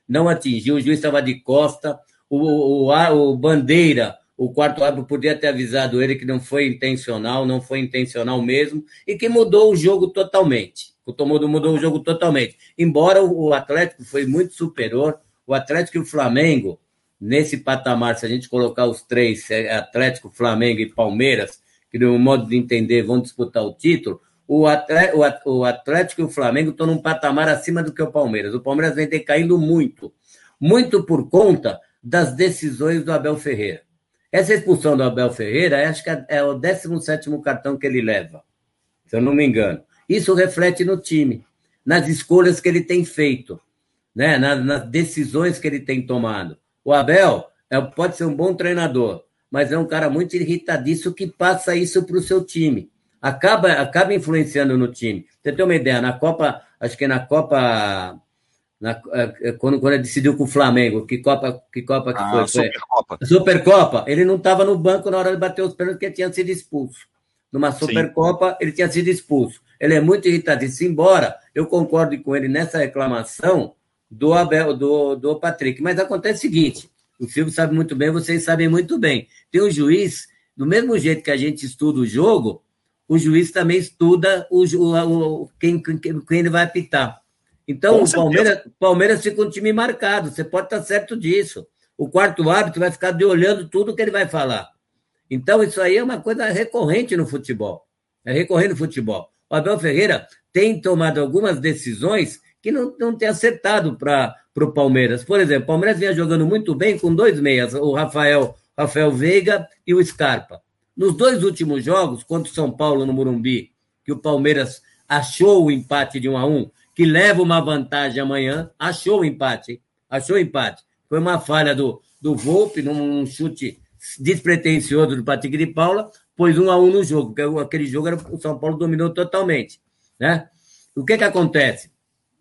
não atingiu, o juiz estava de costa, o, o, o, o Bandeira, o quarto árbitro, podia ter avisado ele que não foi intencional, não foi intencional mesmo, e que mudou o jogo totalmente. O Tomodo mudou o jogo totalmente. Embora o Atlético foi muito superior, o Atlético e o Flamengo, nesse patamar, se a gente colocar os três, Atlético, Flamengo e Palmeiras, que no modo de entender vão disputar o título, o Atlético e o Flamengo estão num patamar acima do que o Palmeiras. O Palmeiras vem decaindo muito, muito por conta das decisões do Abel Ferreira. Essa expulsão do Abel Ferreira, acho que é o décimo sétimo cartão que ele leva, se eu não me engano. Isso reflete no time, nas escolhas que ele tem feito, né? nas, nas decisões que ele tem tomado. O Abel é, pode ser um bom treinador, mas é um cara muito irritadiço que passa isso para o seu time. Acaba, acaba influenciando no time. Você tem uma ideia, na Copa, acho que na Copa... Na, quando, quando ele decidiu com o Flamengo, que Copa que, Copa que ah, foi? Supercopa. Supercopa, ele não estava no banco na hora de bater os pênaltis, porque tinha sido expulso. Numa Supercopa, Sim. ele tinha sido expulso. Ele é muito irritadíssimo, embora eu concorde com ele nessa reclamação do Abel, do, do Patrick. Mas acontece o seguinte, o Silvio sabe muito bem, vocês sabem muito bem. Tem um juiz, do mesmo jeito que a gente estuda o jogo, o juiz também estuda o, o, o, quem, quem, quem ele vai apitar. Então, o Palmeiras, Palmeiras fica um time marcado, você pode estar certo disso. O quarto árbitro vai ficar de olhando tudo que ele vai falar. Então, isso aí é uma coisa recorrente no futebol. É recorrente no futebol. O Abel Ferreira tem tomado algumas decisões que não, não tem acertado para o Palmeiras. Por exemplo, o Palmeiras vinha jogando muito bem com dois meias, o Rafael, Rafael Veiga e o Scarpa. Nos dois últimos jogos, contra o São Paulo no Morumbi, que o Palmeiras achou o empate de um a um, que leva uma vantagem amanhã, achou o empate, hein? Achou o empate. Foi uma falha do, do Volpe, num chute despretensioso do Patrick de Paula, pôs um a um no jogo, porque aquele jogo era, o São Paulo dominou totalmente, né? O que que acontece?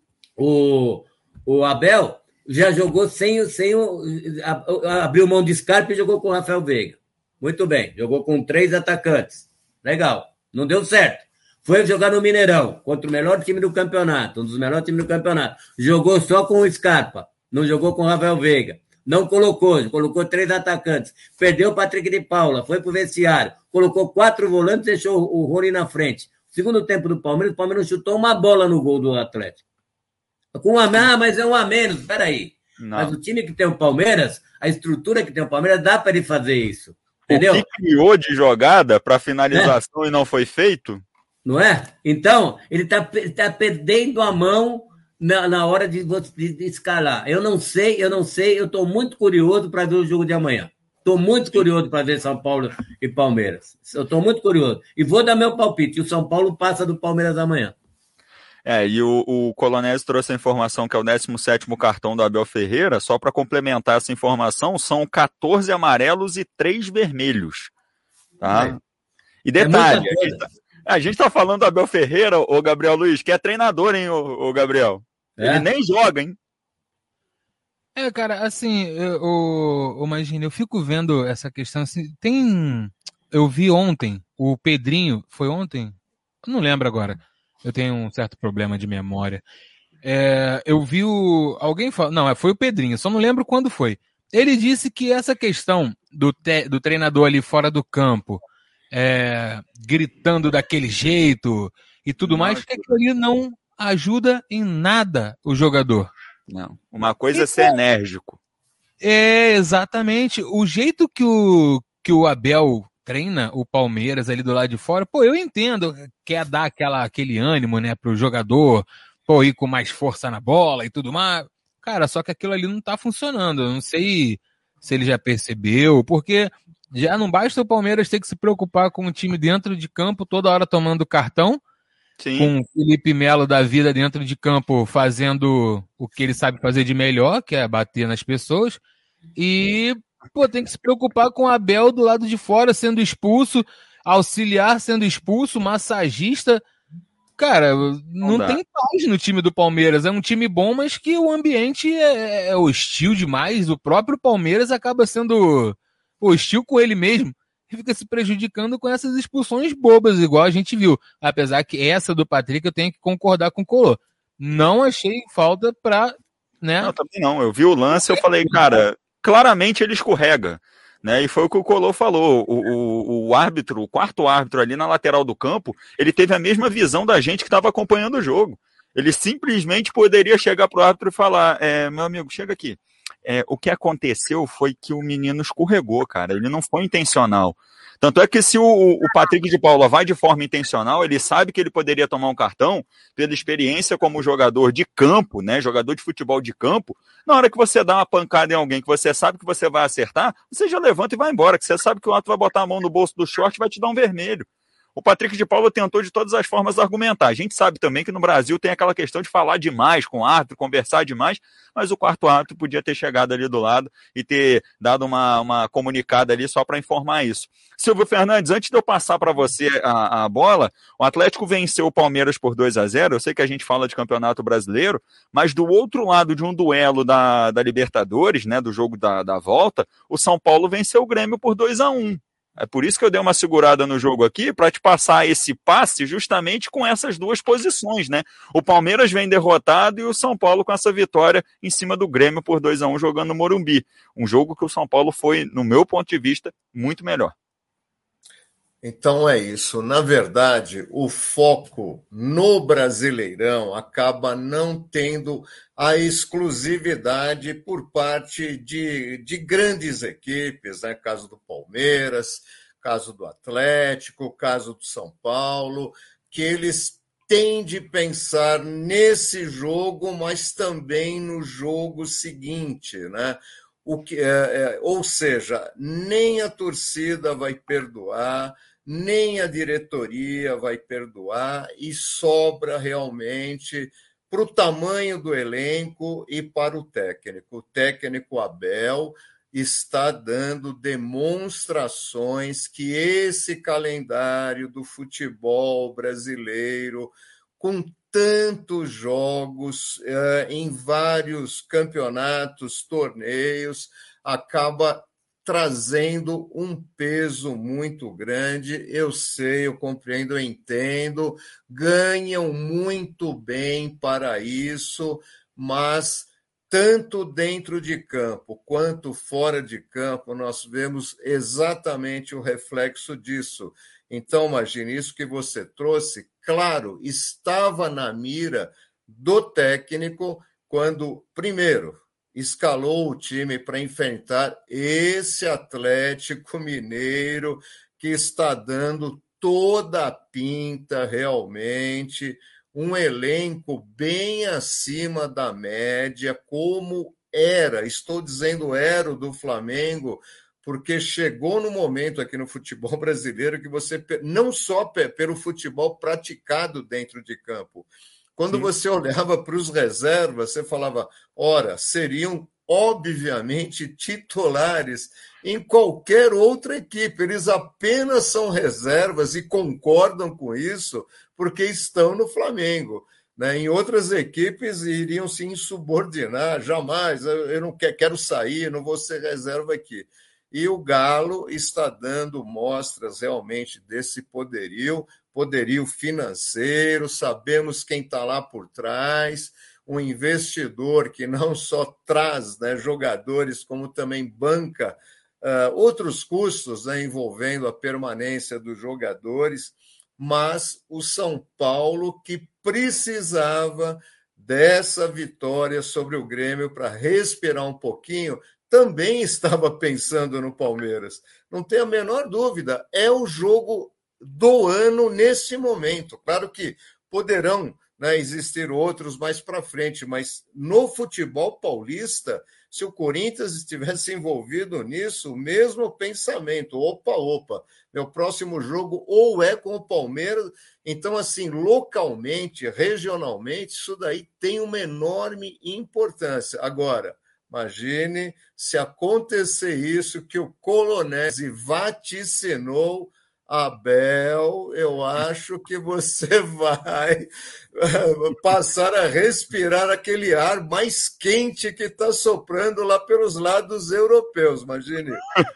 O, o Abel já jogou sem, sem o... abriu mão de Scarpa e jogou com o Rafael Veiga. Muito bem, jogou com três atacantes. Legal, não deu certo. Foi jogar no Mineirão, contra o melhor time do campeonato, um dos melhores times do campeonato. Jogou só com o Scarpa, não jogou com o Rafael Veiga. Não colocou, colocou três atacantes. Perdeu o Patrick de Paula, foi pro vestiário. Colocou quatro volantes, deixou o Rony na frente. Segundo tempo do Palmeiras, o Palmeiras chutou uma bola no gol do Atlético. Com um a menos, ah, mas é um a menos, peraí. Não. Mas o time que tem o Palmeiras, a estrutura que tem o Palmeiras, dá para ele fazer isso. Entendeu? O que criou de jogada para finalização é. e não foi feito? Não é? Então, ele está tá perdendo a mão na, na hora de, de, de escalar. Eu não sei, eu não sei, eu estou muito curioso para ver o jogo de amanhã. Estou muito curioso para ver São Paulo e Palmeiras. Eu estou muito curioso. E vou dar meu palpite. O São Paulo passa do Palmeiras amanhã. É, e o, o Colonese trouxe a informação que é o décimo sétimo cartão do Abel Ferreira. Só para complementar essa informação, são catorze amarelos e três vermelhos. Tá? É. E detalhe, é a gente tá falando do Abel Ferreira, o Gabriel Luiz, que é treinador, hein, o, o Gabriel? É? Ele nem joga, hein? É, cara, assim, o imagina, eu fico vendo essa questão, assim, tem... Eu vi ontem, o Pedrinho, foi ontem? Eu não lembro agora, eu tenho um certo problema de memória. É, eu vi o... Alguém falou... Não, foi o Pedrinho, só não lembro quando foi. Ele disse que essa questão do, te, do treinador ali fora do campo, É, gritando daquele jeito e tudo não mais, que aquilo ali não ajuda em nada o jogador. Não. Uma coisa é ser enérgico. É, exatamente. O jeito que o, que o Abel treina o Palmeiras ali do lado de fora, pô, eu entendo, quer dar aquela, aquele ânimo, né, pro jogador, pô, ir com mais força na bola e tudo mais. Cara, só que aquilo ali não tá funcionando. Eu não sei se ele já percebeu, porque já não basta o Palmeiras ter que se preocupar com o time dentro de campo toda hora tomando cartão, Sim. com o Felipe Melo da vida dentro de campo fazendo o que ele sabe fazer de melhor, que é bater nas pessoas, e pô, tem que se preocupar com o Abel do lado de fora sendo expulso, auxiliar sendo expulso, massagista. Cara, não, não tem paz no time do Palmeiras. É um time bom, mas que o ambiente é, é hostil demais. O próprio Palmeiras acaba sendo hostil com ele mesmo e fica se prejudicando com essas expulsões bobas, igual a gente viu. Apesar que essa do Patrick eu tenho que concordar com o Colô. Não achei falta para né? Não, também não. Eu vi o lance, eu falei, cara, claramente ele escorrega. Né? E foi o que o Colô falou. O, o, o árbitro, o quarto árbitro ali na lateral do campo, ele teve a mesma visão da gente que estava acompanhando o jogo. Ele simplesmente poderia chegar pro árbitro e falar, é, meu amigo, chega aqui. É, o que aconteceu foi que o menino escorregou, cara. Ele não foi intencional. Tanto é que se o, o Patrick de Paula vai de forma intencional, ele sabe que ele poderia tomar um cartão pela experiência como jogador de campo, né, jogador de futebol de campo. Na hora que você dá uma pancada em alguém que você sabe que você vai acertar, você já levanta e vai embora, que você sabe que o outro vai botar a mão no bolso do short e vai te dar um vermelho. O Patrick de Paula tentou de todas as formas argumentar. A gente sabe também que no Brasil tem aquela questão de falar demais com o árbitro, conversar demais, mas o quarto árbitro podia ter chegado ali do lado e ter dado uma, uma comunicada ali só para informar isso. Silvio Fernandes, antes de eu passar para você a, a bola, o Atlético venceu o Palmeiras por dois a zero. Eu sei que a gente fala de Campeonato Brasileiro, mas do outro lado de um duelo da, da Libertadores, né, do jogo da, da volta, o São Paulo venceu o Grêmio por dois a um. É por isso que eu dei uma segurada no jogo aqui, para te passar esse passe justamente com essas duas posições, né? O Palmeiras vem derrotado e o São Paulo com essa vitória em cima do Grêmio por dois a um jogando no Morumbi. Um jogo que o São Paulo foi, no meu ponto de vista, muito melhor. Então é isso. Na verdade, o foco no Brasileirão acaba não tendo a exclusividade por parte de, de grandes equipes, né? Caso do Palmeiras, caso do Atlético, caso do São Paulo, que eles têm de pensar nesse jogo, mas também no jogo seguinte, né? O que, é, é, ou seja, nem a torcida vai perdoar, nem a diretoria vai perdoar, e sobra realmente para o tamanho do elenco e para o técnico. O técnico Abel está dando demonstrações que esse calendário do futebol brasileiro, com tantos jogos eh, em vários campeonatos, torneios, acaba trazendo um peso muito grande. Eu sei, eu compreendo, eu entendo, ganham muito bem para isso, mas tanto dentro de campo quanto fora de campo, nós vemos exatamente o reflexo disso. Então, imagine isso que você trouxe, claro, estava na mira do técnico quando, primeiro, escalou o time para enfrentar esse Atlético Mineiro que está dando toda a pinta realmente, um elenco bem acima da média, como era, estou dizendo era o do Flamengo, porque chegou no momento aqui no futebol brasileiro que você, não só pelo futebol praticado dentro de campo, quando Sim. você olhava para os reservas, você falava, ora, seriam obviamente titulares em qualquer outra equipe, eles apenas são reservas e concordam com isso porque estão no Flamengo. Né? Em outras equipes iriam se insubordinar, jamais, eu não quero sair, não vou ser reserva aqui. E o Galo está dando mostras realmente desse poderio, poderio financeiro, sabemos quem está lá por trás, um investidor que não só traz, né, jogadores, como também banca uh, outros custos, né, envolvendo a permanência dos jogadores, mas o São Paulo que precisava dessa vitória sobre o Grêmio para respirar um pouquinho, também estava pensando no Palmeiras. Não tem a menor dúvida, é o jogo do ano nesse momento. Claro que poderão, né, existir outros mais para frente, mas no futebol paulista, se o Corinthians estivesse envolvido nisso, o mesmo pensamento, opa, opa, meu próximo jogo ou é com o Palmeiras. Então, assim, localmente, regionalmente, isso daí tem uma enorme importância. Agora, imagine se acontecer isso que o Colonese vaticinou, Abel, eu acho que você vai passar a respirar aquele ar mais quente que está soprando lá pelos lados europeus, imagine.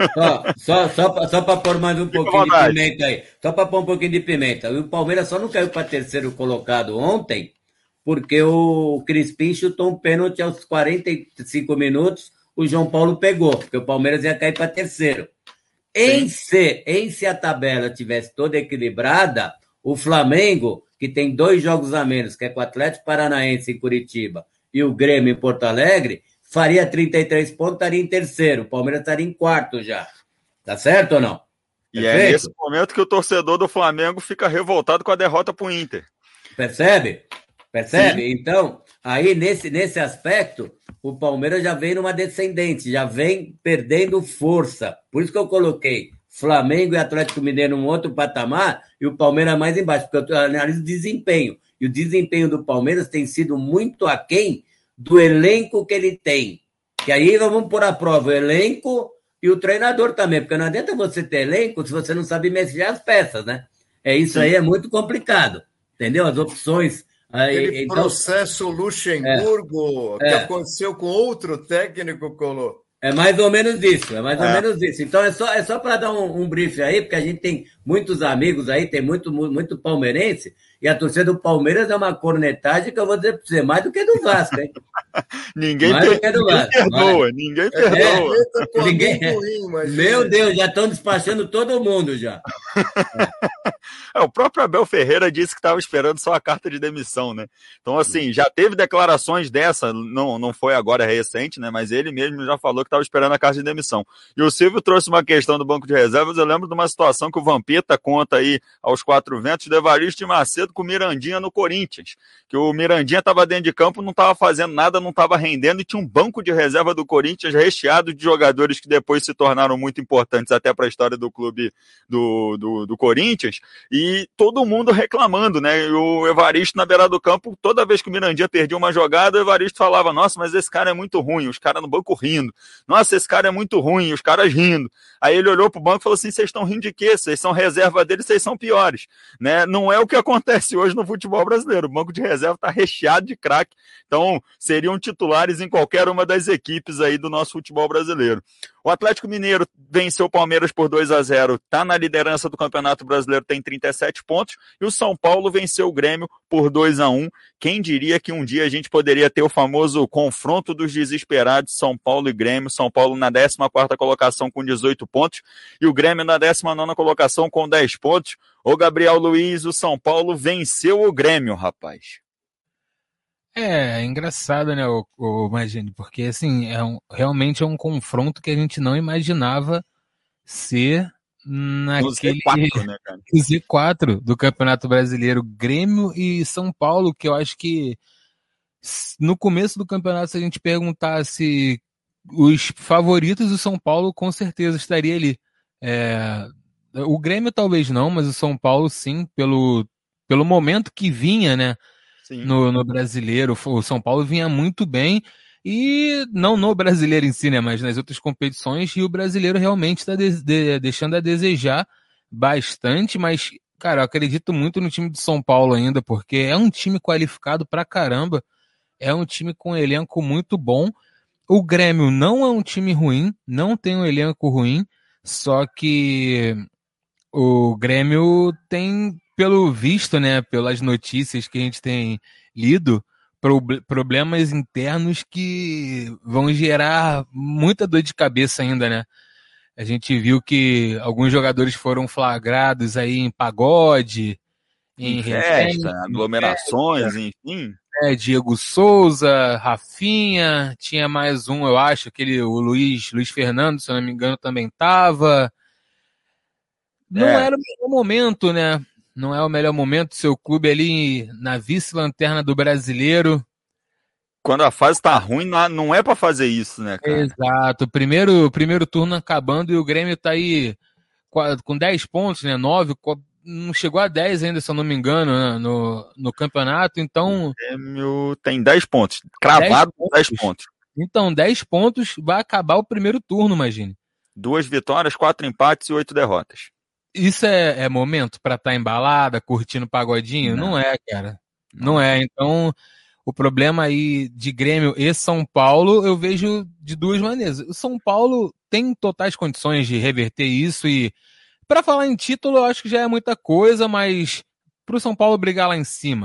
Só, só, só para pôr mais um pouquinho de pimenta aí. Só para pôr um pouquinho de pimenta. O Palmeiras só não caiu para terceiro colocado ontem porque o Crispim chutou um pênalti aos quarenta e cinco minutos, o João Paulo pegou, porque o Palmeiras ia cair para terceiro. Em se, em se a tabela tivesse toda equilibrada, o Flamengo, que tem dois jogos a menos, que é com o Atlético Paranaense em Curitiba e o Grêmio em Porto Alegre, faria trinta e três pontos, estaria em terceiro. O Palmeiras estaria em quarto já. Tá certo ou não? E Perfeito? É nesse momento que o torcedor do Flamengo fica revoltado com a derrota pro Inter. Percebe? Percebe? Sim. Então, aí nesse, nesse aspecto, o Palmeiras já vem numa descendente, já vem perdendo força. Por isso que eu coloquei Flamengo e Atlético Mineiro num outro patamar e o Palmeiras mais embaixo, porque eu analiso desempenho. E o desempenho do Palmeiras tem sido muito aquém do elenco que ele tem. Que aí vamos pôr à prova o elenco e o treinador também, porque não adianta você ter elenco se você não sabe mexer as peças, né? É isso aí, é muito complicado, entendeu? As opções... Aquele então, processo Luxemburgo é, que é. aconteceu com outro técnico, Colô. É mais ou menos isso, é mais é. ou menos isso. Então é só, é só para dar um, um brief aí, porque a gente tem muitos amigos aí, tem muito, muito palmeirense, e a torcida do Palmeiras é uma cornetagem que eu vou dizer para você, mais do que do Vasco, hein? ninguém, per... ninguém Vasco, perdoa, mas... ninguém perdoa. É, ninguém... ruim, Meu Deus, já estão despachando todo mundo já. É. É, o próprio Abel Ferreira disse que estava esperando só a carta de demissão, né? Então, assim, já teve declarações dessa, não, não foi agora recente, né? Mas ele mesmo já falou que estava esperando a carta de demissão. E o Silvio trouxe uma questão do banco de reservas. Eu lembro de uma situação que o Vampeta conta aí aos quatro ventos do Evaristo de Macedo com o Mirandinha no Corinthians. Que o Mirandinha estava dentro de campo, não estava fazendo nada, não estava rendendo e tinha um banco de reserva do Corinthians recheado de jogadores que depois se tornaram muito importantes até para a história do clube do, do, do Corinthians. E todo mundo reclamando, né? E o Evaristo na beira do campo, toda vez que o Mirandinha perdia uma jogada, o Evaristo falava, nossa, mas esse cara é muito ruim, os caras no banco rindo. Nossa, esse cara é muito ruim, os caras rindo. Aí ele olhou pro banco e falou assim, vocês estão rindo de quê? Vocês são reserva dele, vocês são piores. Né? Não é o que acontece hoje no futebol brasileiro. O banco de reserva está recheado de craque. Então, seriam titulares em qualquer uma das equipes aí do nosso futebol brasileiro. O Atlético Mineiro venceu o Palmeiras por dois a zero, está na liderança do Campeonato Brasileiro, tem trinta e sete pontos, e o São Paulo venceu o Grêmio por dois a um. Quem diria que um dia a gente poderia ter o famoso confronto dos desesperados, São Paulo e Grêmio, São Paulo na décima quarta colocação com dezoito pontos, e o Grêmio na décima nona colocação com dez pontos. Ô Gabriel Luiz, o São Paulo venceu o Grêmio, rapaz. É, é engraçado, né, o, o Magini, porque assim, é um, realmente é um confronto que a gente não imaginava ser naquele Z quatro, né, cara? Z quatro do Campeonato Brasileiro, Grêmio e São Paulo, que eu acho que no começo do campeonato, se a gente perguntasse os favoritos, o São Paulo com certeza estaria ali. É, o Grêmio talvez não, mas o São Paulo sim, pelo, pelo momento que vinha, né? No, no brasileiro, o São Paulo vinha muito bem, e não no brasileiro em si, né, mas nas outras competições, e o brasileiro realmente está de, de, deixando a desejar bastante, mas, cara, eu acredito muito no time de São Paulo ainda, porque é um time qualificado pra caramba, é um time com um elenco muito bom. O Grêmio não é um time ruim, não tem um elenco ruim, só que o Grêmio tem, pelo visto, né, pelas notícias que a gente tem lido, pro, problemas internos que vão gerar muita dor de cabeça ainda, né? A gente viu que alguns jogadores foram flagrados aí em pagode, em, em festa, resenha, aglomerações, em enfim. É, Diego Souza, Rafinha, tinha mais um, eu acho, aquele, o Luiz, Luiz Fernando, se eu não me engano, também tava. Não é. era o melhor momento, né? Não é o melhor momento, seu clube ali na vice-lanterna do Brasileiro. Quando a fase tá ruim, não é pra fazer isso, né, cara? Exato. Primeiro, primeiro turno acabando e o Grêmio tá aí com dez pontos, né? nove, não chegou a dez ainda, se eu não me engano, né? no, no campeonato, então... O Grêmio tem dez pontos, cravado com dez pontos. Então, dez pontos, vai acabar o primeiro turno, imagine. Duas vitórias, quatro empates e oito derrotas. Isso é, é momento pra estar tá embalada, curtindo pagodinho? Não, não é, cara. Não, não é. Então, o problema aí de Grêmio e São Paulo, eu vejo de duas maneiras. O São Paulo tem totais condições de reverter isso e, pra falar em título, eu acho que já é muita coisa, mas pro São Paulo brigar lá em cima,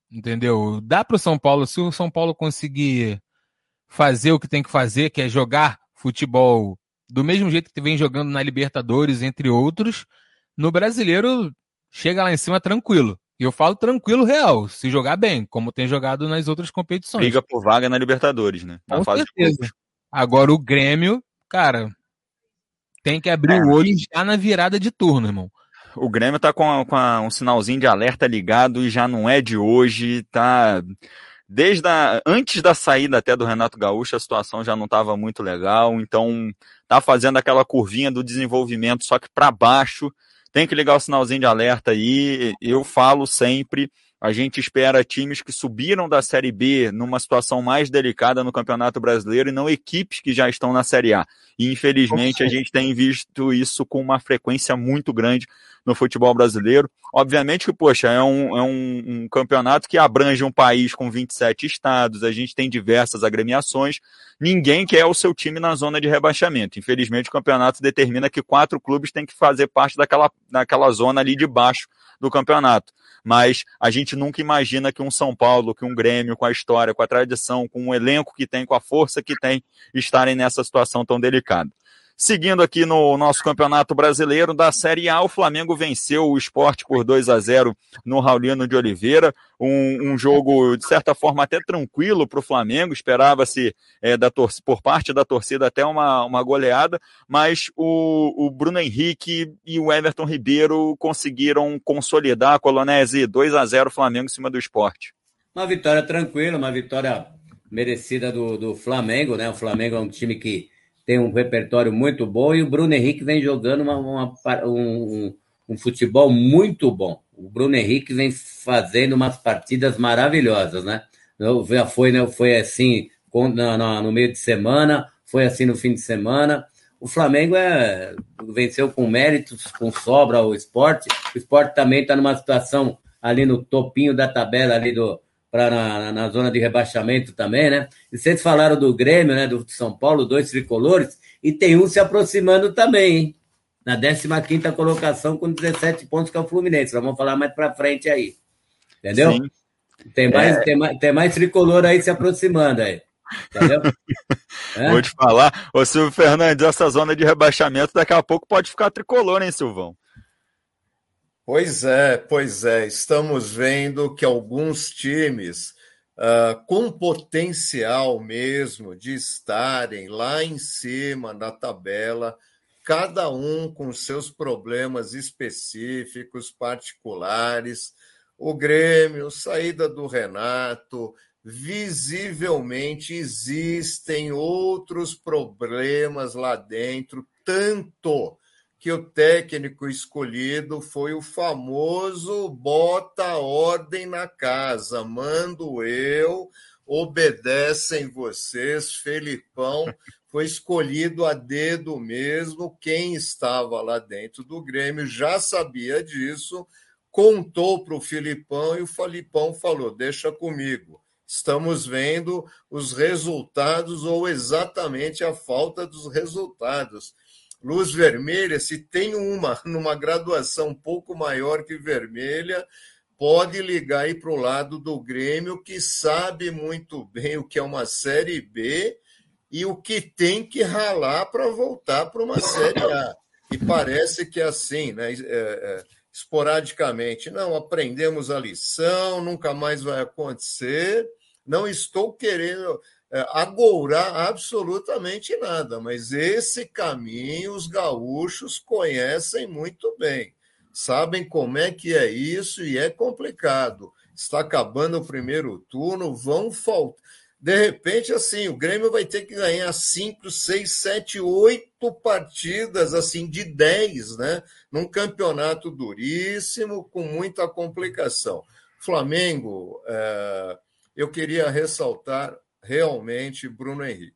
entendeu? Dá para o São Paulo, se o São Paulo conseguir fazer o que tem que fazer, que é jogar futebol do mesmo jeito que vem jogando na Libertadores, entre outros, no Brasileiro chega lá em cima tranquilo. E eu falo tranquilo real, se jogar bem, como tem jogado nas outras competições. Briga por vaga na Libertadores, né? Na Com fase certeza. De Agora o Grêmio, cara, tem que abrir é. o olho já na virada de turno, irmão. O Grêmio tá com, a, com a, um sinalzinho de alerta ligado e já não é de hoje, tá... Desde a, antes da saída até do Renato Gaúcho, a situação já não estava muito legal, então tá fazendo aquela curvinha do desenvolvimento, só que para baixo, tem que ligar o sinalzinho de alerta aí. Eu falo sempre, a gente espera times que subiram da Série B numa situação mais delicada no Campeonato Brasileiro e não equipes que já estão na Série A. E infelizmente a gente tem visto isso com uma frequência muito grande no futebol brasileiro. Obviamente que, poxa, é um, é um, um campeonato que abrange um país com vinte e sete estados, a gente tem diversas agremiações, ninguém quer o seu time na zona de rebaixamento. Infelizmente o campeonato determina que quatro clubes têm que fazer parte daquela, daquela zona ali de baixo do campeonato. Mas a gente nunca imagina que um São Paulo, que um Grêmio, com a história, com a tradição, com o elenco que tem, com a força que tem, estarem nessa situação tão delicada. Seguindo aqui no nosso Campeonato Brasileiro da Série A, o Flamengo venceu o Sport por dois a zero no Raulino de Oliveira, um, um jogo, de certa forma, até tranquilo para o Flamengo, esperava-se é, da tor- por parte da torcida até uma, uma goleada, mas o, o Bruno Henrique e o Everton Ribeiro conseguiram consolidar a Colonese dois a zero Flamengo em cima do Sport. Uma vitória tranquila, uma vitória merecida do, do Flamengo, né? O Flamengo é um time que tem um repertório muito bom e o Bruno Henrique vem jogando uma, uma, um, um futebol muito bom. O Bruno Henrique vem fazendo umas partidas maravilhosas, né? Já foi, né? Foi assim no, no meio de semana, foi assim no fim de semana. O Flamengo é, venceu com méritos, com sobra o Sport. O Sport também está numa situação ali no topinho da tabela ali do Pra, na, na zona de rebaixamento também, né? E vocês falaram do Grêmio, né? Do São Paulo, dois tricolores, e tem um se aproximando também, hein? Na décima quinta colocação com dezessete pontos, que é o Fluminense. Nós vamos falar mais pra frente aí. Entendeu? Sim. Tem mais, é... tem mais, tem mais tricolor aí se aproximando aí. Entendeu? É? Vou te falar, ô Silvio Fernandes, essa zona de rebaixamento daqui a pouco pode ficar tricolor, hein, Silvão? Pois é, pois é. Estamos vendo que alguns times uh, com potencial mesmo de estarem lá em cima na tabela, cada um com seus problemas específicos, particulares. O Grêmio, saída do Renato, visivelmente existem outros problemas lá dentro, tanto que o técnico escolhido foi o famoso bota a ordem na casa, mando eu, obedecem vocês, Felipão, foi escolhido a dedo mesmo, quem estava lá dentro do Grêmio já sabia disso, contou para o Felipão e o Felipão falou, deixa comigo, estamos vendo os resultados ou exatamente a falta dos resultados. Luz vermelha, se tem uma numa graduação um pouco maior que vermelha, pode ligar aí para o lado do Grêmio, que sabe muito bem o que é uma Série B e o que tem que ralar para voltar para uma Série A. E parece que é assim, né? É, é, esporadicamente. Não, aprendemos a lição, nunca mais vai acontecer. Não estou querendo... agourar absolutamente nada, mas esse caminho os gaúchos conhecem muito bem, sabem como é que é isso e é complicado. Está acabando o primeiro turno, vão faltar. De repente, assim, o Grêmio vai ter que ganhar cinco, seis, sete, oito partidas, assim, de dez, né? Num campeonato duríssimo, com muita complicação. Flamengo, é... eu queria ressaltar realmente Bruno Henrique.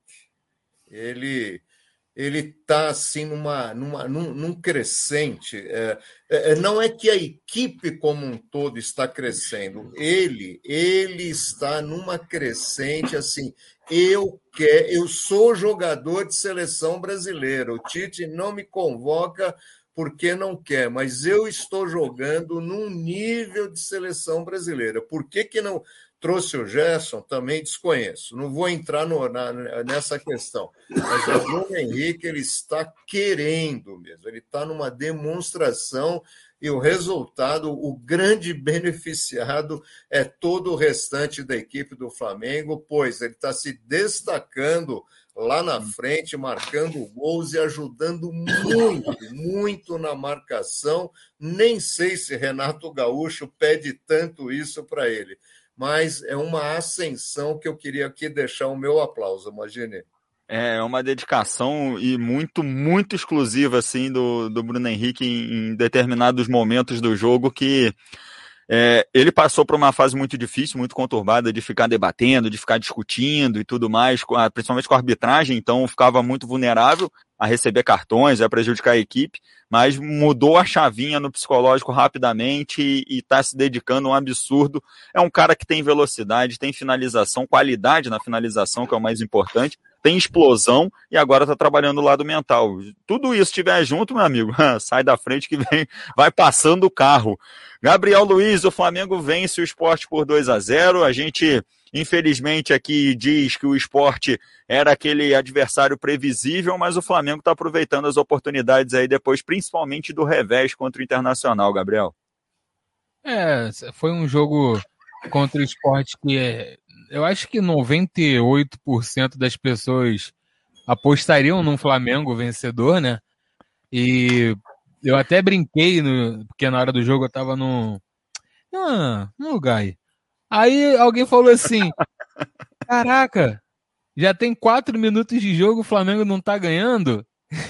Ele ele está assim numa, numa, num, num crescente. É, é, não é que a equipe como um todo está crescendo, ele, ele está numa crescente assim. Eu quero, eu sou jogador de seleção brasileira. O Tite não me convoca porque não quer, mas eu estou jogando num nível de seleção brasileira. Por que que não trouxe o Gerson? Também desconheço. Não vou entrar no, na, nessa questão. Mas o Bruno Henrique, ele está querendo mesmo, ele está numa demonstração e o resultado, o grande beneficiado é todo o restante da equipe do Flamengo, pois ele está se destacando lá na frente, marcando gols e ajudando muito, muito na marcação. Nem sei se Renato Gaúcho pede tanto isso para ele, mas é uma ascensão que eu queria aqui deixar o meu aplauso, imagine. É uma dedicação e muito, muito exclusiva assim, do, do Bruno Henrique em, em determinados momentos do jogo que é, ele passou por uma fase muito difícil, muito conturbada, de ficar debatendo, de ficar discutindo e tudo mais, principalmente com a arbitragem, então ficava muito vulnerável a receber cartões, a prejudicar a equipe, mas mudou a chavinha no psicológico rapidamente e está se dedicando a um absurdo. É um cara que tem velocidade, tem finalização, qualidade na finalização, que é o mais importante, tem explosão e agora está trabalhando o lado mental. Tudo isso estiver junto, meu amigo, sai da frente que vem, vai passando o carro. Gabriel Luiz, o Flamengo vence o Sport por dois a zero. A gente, infelizmente, aqui diz que o Sport era aquele adversário previsível, mas o Flamengo está aproveitando as oportunidades aí depois, principalmente do revés contra o Internacional, Gabriel. É, foi um jogo contra o Sport que é, eu acho que noventa e oito por cento das pessoas apostariam num Flamengo vencedor, né? E eu até brinquei, no, porque na hora do jogo eu tava no, ah, no lugar aí. Aí alguém falou assim, caraca, já tem quatro minutos de jogo, o Flamengo não tá ganhando?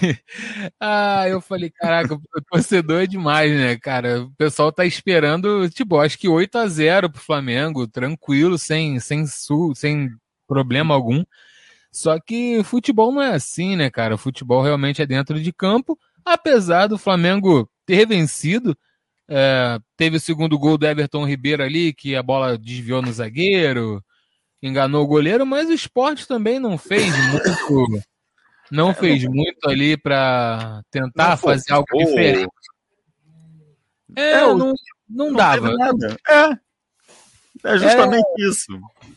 Ah, eu falei, caraca, o torcedor é demais, né, cara? O pessoal tá esperando, tipo, acho que oito a zero pro Flamengo, tranquilo, sem, sem, sul, sem problema algum. Só que futebol não é assim, né, cara? O futebol realmente é dentro de campo, apesar do Flamengo ter vencido. É, teve o segundo gol do Everton Ribeiro ali, que a bola desviou no zagueiro, enganou o goleiro, mas o Sport também não fez muito, não é, fez não... muito ali para tentar não, fazer pô, algo pô. diferente. É, é não, não, não dava. Nada. É, é justamente é... isso.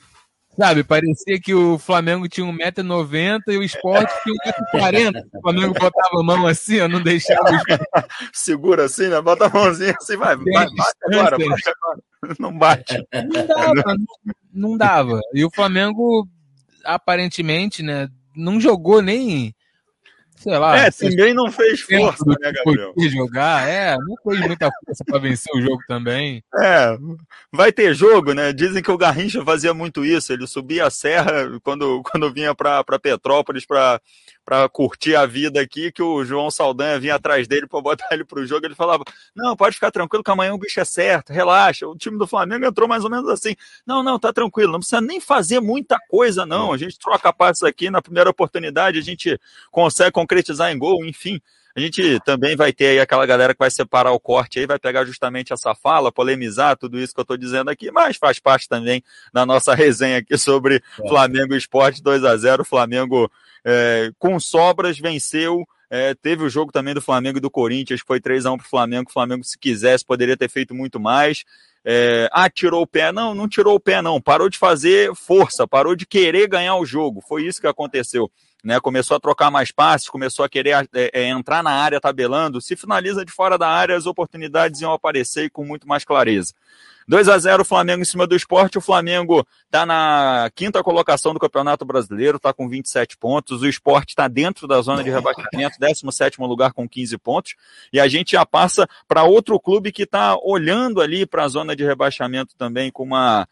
Sabe, parecia que o Flamengo tinha um metro e noventa e o Sport tinha um metro e quarenta. O Flamengo botava a mão assim, eu não deixava o Sport. Segura assim, né? Bota a mãozinha assim, vai, vai bate agora, bate agora. Não bate. Não dava, não, não dava. E o Flamengo, aparentemente, né, não jogou nem, sei lá. É, também não fez força, né, Gabriel? Jogar, é, não fez muita força para vencer o jogo também. É, vai ter jogo, né? Dizem que o Garrincha fazia muito isso, ele subia a serra quando, quando vinha para Petrópolis para para curtir a vida aqui, que o João Saldanha vinha atrás dele para botar ele pro jogo, ele falava, não, pode ficar tranquilo que amanhã o bicho é certo, relaxa, o time do Flamengo entrou mais ou menos assim, não, não, tá tranquilo, não precisa nem fazer muita coisa não, a gente troca passos aqui, na primeira oportunidade a gente consegue concretizar em gol, enfim, a gente também vai ter aí aquela galera que vai separar o corte aí, vai pegar justamente essa fala, polemizar tudo isso que eu estou dizendo aqui, mas faz parte também da nossa resenha aqui sobre é. Flamengo Sport dois a zero, Flamengo é, com sobras venceu, é, teve o jogo também do Flamengo e do Corinthians, que foi três a um para o Flamengo, o Flamengo se quisesse poderia ter feito muito mais, é, ah, tirou o pé, não, não tirou o pé não, parou de fazer força, parou de querer ganhar o jogo, foi isso que aconteceu. Né, começou a trocar mais passes, começou a querer é, é, entrar na área tabelando, se finaliza de fora da área, as oportunidades iam aparecer e com muito mais clareza. dois a zero o Flamengo em cima do Sport, o Flamengo está na quinta colocação do Campeonato Brasileiro, está com vinte e sete pontos, o Sport está dentro da zona de rebaixamento, décimo sétimo lugar com quinze pontos, e a gente já passa para outro clube que está olhando ali para a zona de rebaixamento também com uma...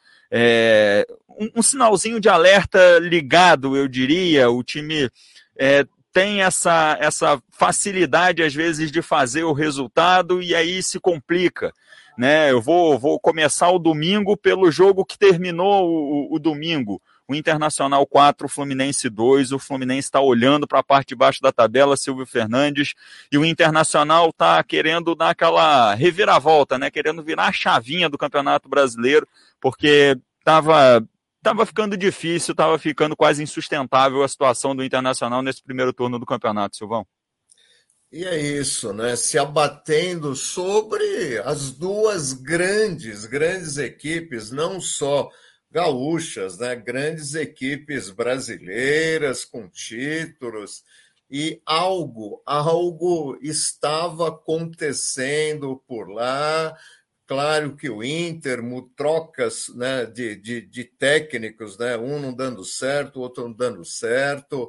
É, um, um sinalzinho de alerta ligado, eu diria, o time é, tem essa, essa facilidade às vezes de fazer o resultado e aí se complica, né? Eu vou, vou começar o domingo pelo jogo que terminou o, o, o domingo, o Internacional quatro, o Fluminense dois, o Fluminense está olhando para a parte de baixo da tabela, Silvio Fernandes, e o Internacional está querendo dar aquela reviravolta, né? Querendo virar a chavinha do Campeonato Brasileiro, porque estava tava ficando difícil, estava ficando quase insustentável a situação do Internacional nesse primeiro turno do campeonato, Silvão. E é isso, né? Se abatendo sobre as duas grandes, grandes equipes, não só gaúchas, né? Grandes equipes brasileiras com títulos, e algo, algo estava acontecendo por lá. Claro que o Inter, trocas, né, de, de, de técnicos, né, um não dando certo, o outro não dando certo,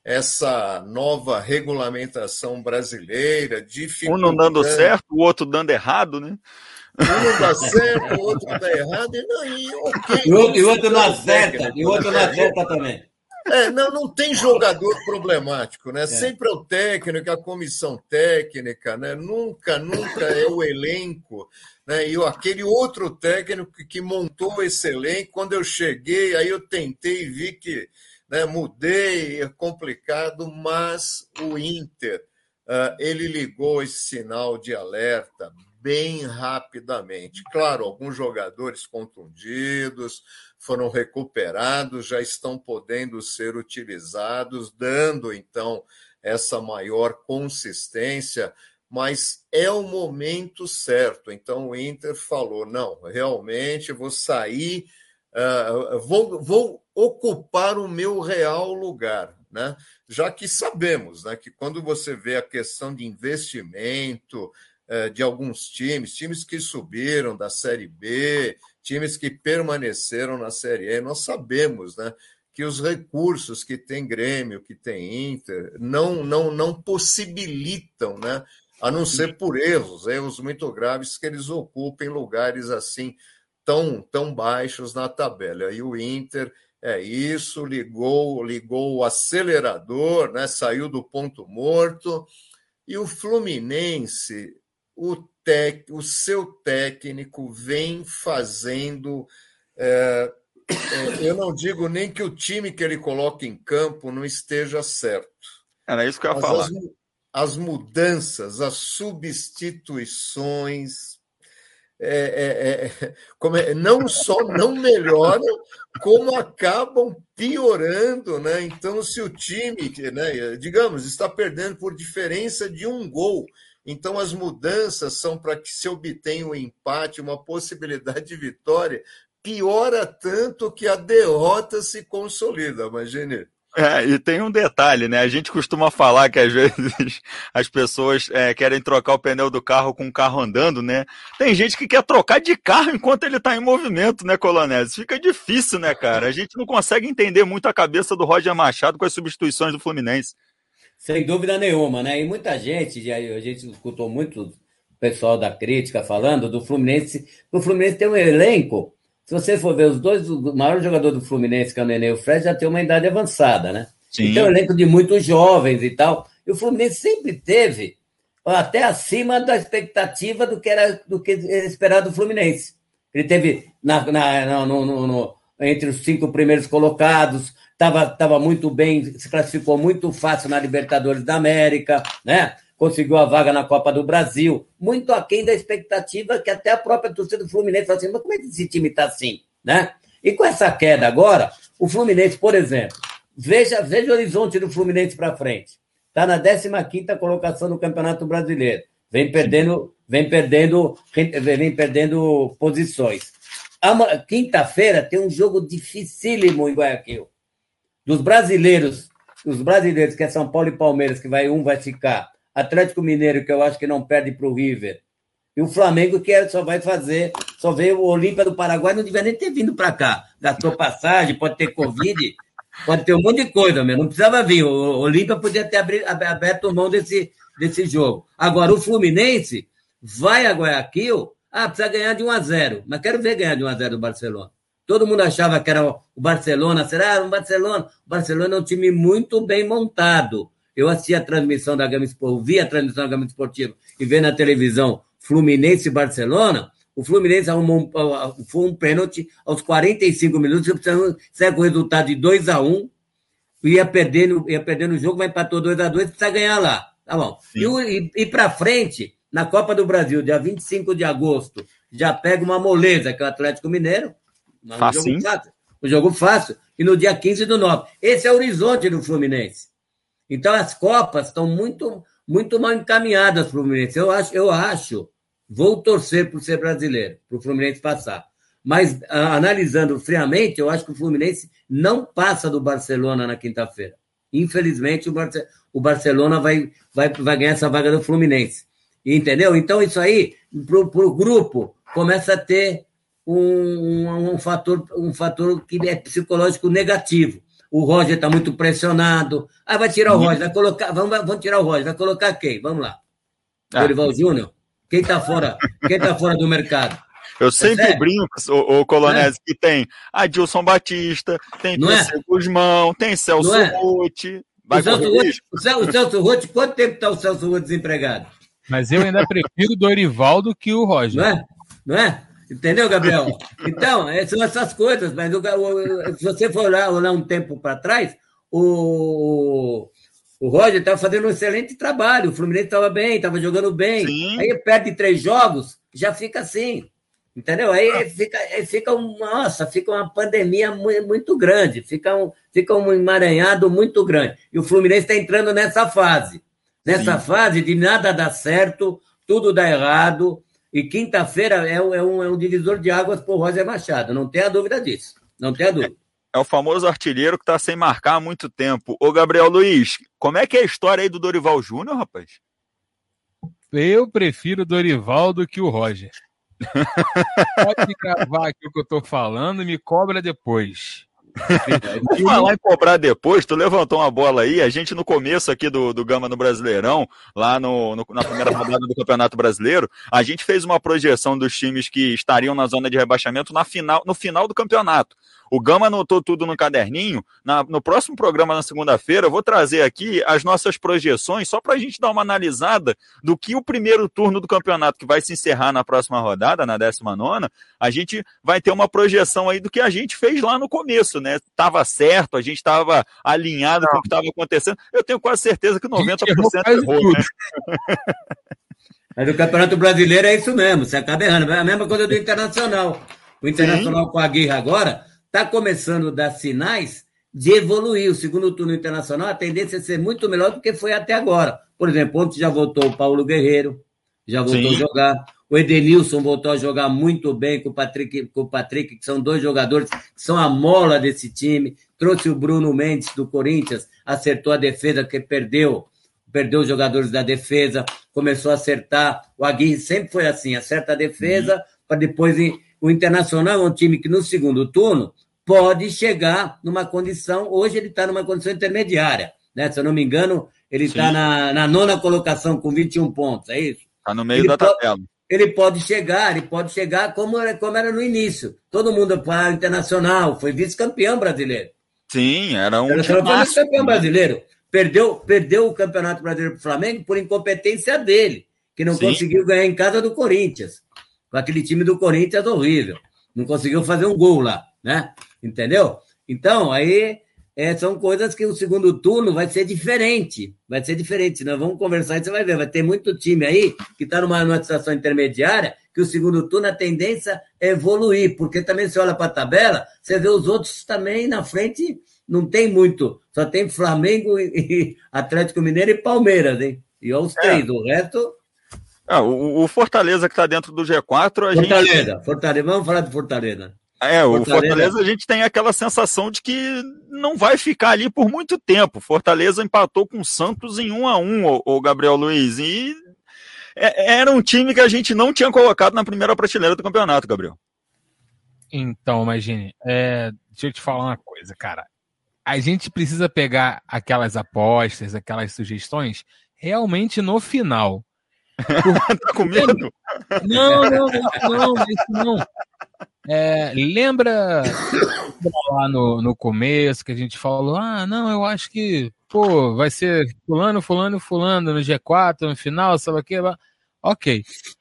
essa nova regulamentação brasileira, dificultando... Um não dando certo, o outro dando errado, né? Um não dá certo, o outro dá errado, e, não, e, okay, e, o, e o outro não acerta, e o outro não acerta também. É, não, não tem jogador problemático, né? É. Sempre é o técnico, a comissão técnica, né? Nunca, nunca é o elenco, né? E aquele outro técnico que montou esse elenco, quando eu cheguei, aí eu tentei e vi que, né, mudei, é complicado, mas o Inter, uh, ele ligou esse sinal de alerta bem rapidamente. Claro, alguns jogadores contundidos foram recuperados, já estão podendo ser utilizados, dando, então, essa maior consistência, mas é o momento certo. Então, o Inter falou, não, realmente vou sair, uh, vou, vou ocupar o meu real lugar, né? Já que sabemos, né, que quando você vê a questão de investimento uh, de alguns times, times que subiram da Série B, times que permaneceram na Série A, nós sabemos, né, que os recursos que tem Grêmio, que tem Inter, não, não, não possibilitam, né, a não ser por erros, erros muito graves, que eles ocupem lugares assim tão, tão baixos na tabela. E o Inter é isso, ligou, ligou o acelerador, né, saiu do ponto morto, e o Fluminense, o Tec, o seu técnico vem fazendo, é, é, eu não digo nem que o time que ele coloca em campo não esteja certo. Era isso que eu ia falar. As, as mudanças, as substituições, é, é, é, como é, não só não melhoram, como acabam piorando, né? Então, se o time, né, digamos, está perdendo por diferença de um gol, então, as mudanças são para que se obtenha um empate, uma possibilidade de vitória, piora tanto que a derrota se consolida, imagine. É, e tem um detalhe, né? A gente costuma falar que às vezes as pessoas é, querem trocar o pneu do carro com o carro andando, né? Tem gente que quer trocar de carro enquanto ele está em movimento, né, Colonese? Fica difícil, né, cara? A gente não consegue entender muito a cabeça do Roger Machado com as substituições do Fluminense. Sem dúvida nenhuma, né? E muita gente, a gente escutou muito o pessoal da crítica falando do Fluminense. O Fluminense tem um elenco, se você for ver os dois, o maior jogador do Fluminense, que é o Nenê e o Fred, já tem uma idade avançada, né? Sim. E tem um elenco de muitos jovens e tal. E o Fluminense sempre teve até acima da expectativa do que era do que era esperado do Fluminense. Ele teve na, na, no, no, no, entre os cinco primeiros colocados. Estava tava muito bem, se classificou muito fácil na Libertadores da América, né? Conseguiu a vaga na Copa do Brasil, muito aquém da expectativa que até a própria torcida do Fluminense falou assim, mas como é que esse time está assim, né? E com essa queda agora, o Fluminense, por exemplo, veja, veja o horizonte do Fluminense para frente. Está na décima quinta colocação no Campeonato Brasileiro. Vem perdendo, vem perdendo, vem perdendo posições. Quinta-feira tem um jogo dificílimo em Guayaquil. Dos brasileiros, os brasileiros, que é São Paulo e Palmeiras, que vai, um vai ficar, Atlético Mineiro, que eu acho que não perde para o River, e o Flamengo, que só vai fazer, só veio o Olímpia do Paraguai, não devia nem ter vindo para cá. Gastou passagem, pode ter Covid, pode ter um monte de coisa, mesmo. Não precisava vir. O Olímpia podia ter aberto mão desse, desse jogo. Agora, o Fluminense vai a Guayaquil, ah, precisa ganhar de um a zero, mas quero ver ganhar de um a zero do Barcelona. Todo mundo achava que era o Barcelona, será? O Barcelona. O Barcelona é um time muito bem montado. Eu assisti a transmissão da Gama Esportiva, vi a transmissão da Gama Esportiva e vi na televisão Fluminense e Barcelona. O Fluminense arrumou um, foi um pênalti aos quarenta e cinco minutos, sai com o resultado de dois a um, ia perdendo, ia perdendo o jogo, vai empatou dois a dois, precisa ganhar lá. Tá bom. Sim. E, e, e para frente, na Copa do Brasil, dia vinte e cinco de agosto, já pega uma moleza, que é o Atlético Mineiro. Um jogo fácil, um jogo fácil. E no dia quinze do nove. Esse é o horizonte do Fluminense. Então, as Copas estão muito, muito mal encaminhadas para o Fluminense. Eu acho, eu acho, vou torcer por ser brasileiro, para o Fluminense passar. Mas, a, analisando friamente, eu acho que o Fluminense não passa do Barcelona na quinta-feira. Infelizmente, o, Barce, o Barcelona vai, vai, vai ganhar essa vaga do Fluminense. Entendeu? Então, isso aí, para o grupo, começa a ter um, um, um, fator, um fator que é psicológico negativo. O Roger está muito pressionado. Ah, vai tirar o Roger, vai colocar. Vamos, vamos tirar o Roger, vai colocar quem? Vamos lá. Ah. Dorival Júnior? Quem está fora? Quem está fora do mercado? Eu sempre é brinco, o, o Colonese, é? que tem Adilson Batista, tem Pedro Guzmão, tem Celso Rotti. O Celso Rotti, o Celso Rotti, quanto tempo está o Celso Rotti desempregado? Mas eu ainda prefiro o Dorival do que o Roger. Não é? Não é? Entendeu, Gabriel? Então, são essas coisas, mas o, o, se você for olhar, olhar um tempo para trás, o, o Roger estava fazendo um excelente trabalho, o Fluminense estava bem, estava jogando bem. Sim. Aí perde três jogos, já fica assim. Entendeu? Aí fica, aí fica um, nossa, fica uma pandemia muito, muito grande, fica um, fica um emaranhado muito grande. E o Fluminense está entrando nessa fase. Nessa Sim. fase de nada dá certo, tudo dá errado. E quinta-feira é, é, um, é um divisor de águas para o Roger Machado. Não tenha dúvida disso. Não tenha dúvida. É, é o famoso artilheiro que está sem marcar há muito tempo. Ô, Gabriel Luiz, como é que é a história aí do Dorival Júnior, rapaz? Eu prefiro o Dorival do que o Roger. Pode gravar aqui o que eu tô falando e me cobra depois. Vou falar em cobrar depois, tu levantou uma bola aí, a gente no começo aqui do, do Gama no Brasileirão, lá no, no, na primeira rodada do Campeonato Brasileiro, a gente fez uma projeção dos times que estariam na zona de rebaixamento na final, no final do campeonato. O Gama anotou tudo no caderninho. Na, no próximo programa, na segunda-feira, eu vou trazer aqui as nossas projeções, só para a gente dar uma analisada do que o primeiro turno do campeonato, que vai se encerrar na próxima rodada, na décima nona, a gente vai ter uma projeção aí do que a gente fez lá no começo, né? Tava certo, a gente estava alinhado Não. com o que estava acontecendo. Eu tenho quase certeza que noventa por cento errou, errou né? Mas o Campeonato Brasileiro é isso mesmo, você acaba errando. É a mesma coisa do Internacional. O Internacional Sim. com a Aguirre agora está começando a dar sinais de evoluir. O segundo turno internacional, a tendência é ser muito melhor do que foi até agora. Por exemplo, ontem já voltou o Paulo Guerreiro, já voltou Sim. a jogar. O Edenilson voltou a jogar muito bem com o Patrick, com o Patrick, que são dois jogadores que são a mola desse time. Trouxe o Bruno Mendes do Corinthians, acertou a defesa, que perdeu, perdeu os jogadores da defesa, começou a acertar. O Aguirre sempre foi assim, acerta a defesa, uhum. para depois... O Internacional é um time que no segundo turno pode chegar numa condição, hoje ele está numa condição intermediária, né? Se eu não me engano, ele está na, na nona colocação com vinte e um pontos, é isso? Está no meio ele da pode, tabela. Ele pode chegar, ele pode chegar como, como era no início. Todo mundo para o Internacional, foi vice-campeão brasileiro. Sim, era um time foi vice-campeão brasileiro. Perdeu, perdeu o Campeonato Brasileiro para o Flamengo por incompetência dele, que não Sim. conseguiu ganhar em casa do Corinthians. Com aquele time do Corinthians horrível. Não conseguiu fazer um gol lá, né? Entendeu? Então, aí é, são coisas que o segundo turno vai ser diferente. Vai ser diferente. Nós vamos conversar e você vai ver. Vai ter muito time aí que está numa, numa situação intermediária que o segundo turno a tendência é evoluir. Porque também você olha para a tabela, você vê os outros também na frente, não tem muito. Só tem Flamengo, e, e Atlético Mineiro e Palmeiras, hein? E os três. É. O resto... Ah, o, o Fortaleza que está dentro do G quatro... A Fortaleza, gente... Fortaleza. Vamos falar de Fortaleza. É, Fortaleza. o Fortaleza a gente tem aquela sensação de que não vai ficar ali por muito tempo. Fortaleza empatou com o Santos em um a um, o, o Gabriel Luiz, e é, era um time que a gente não tinha colocado na primeira prateleira do campeonato, Gabriel. Então, imagine, é, deixa eu te falar uma coisa, cara. A gente precisa pegar aquelas apostas, aquelas sugestões, realmente no final. Por... tá com medo? Não, não, não, não, isso não. É, lembra lá no, no começo que a gente falou, ah, não, eu acho que, pô, vai ser fulano, fulano, fulano no G quatro, no final, sabe o que? Ok.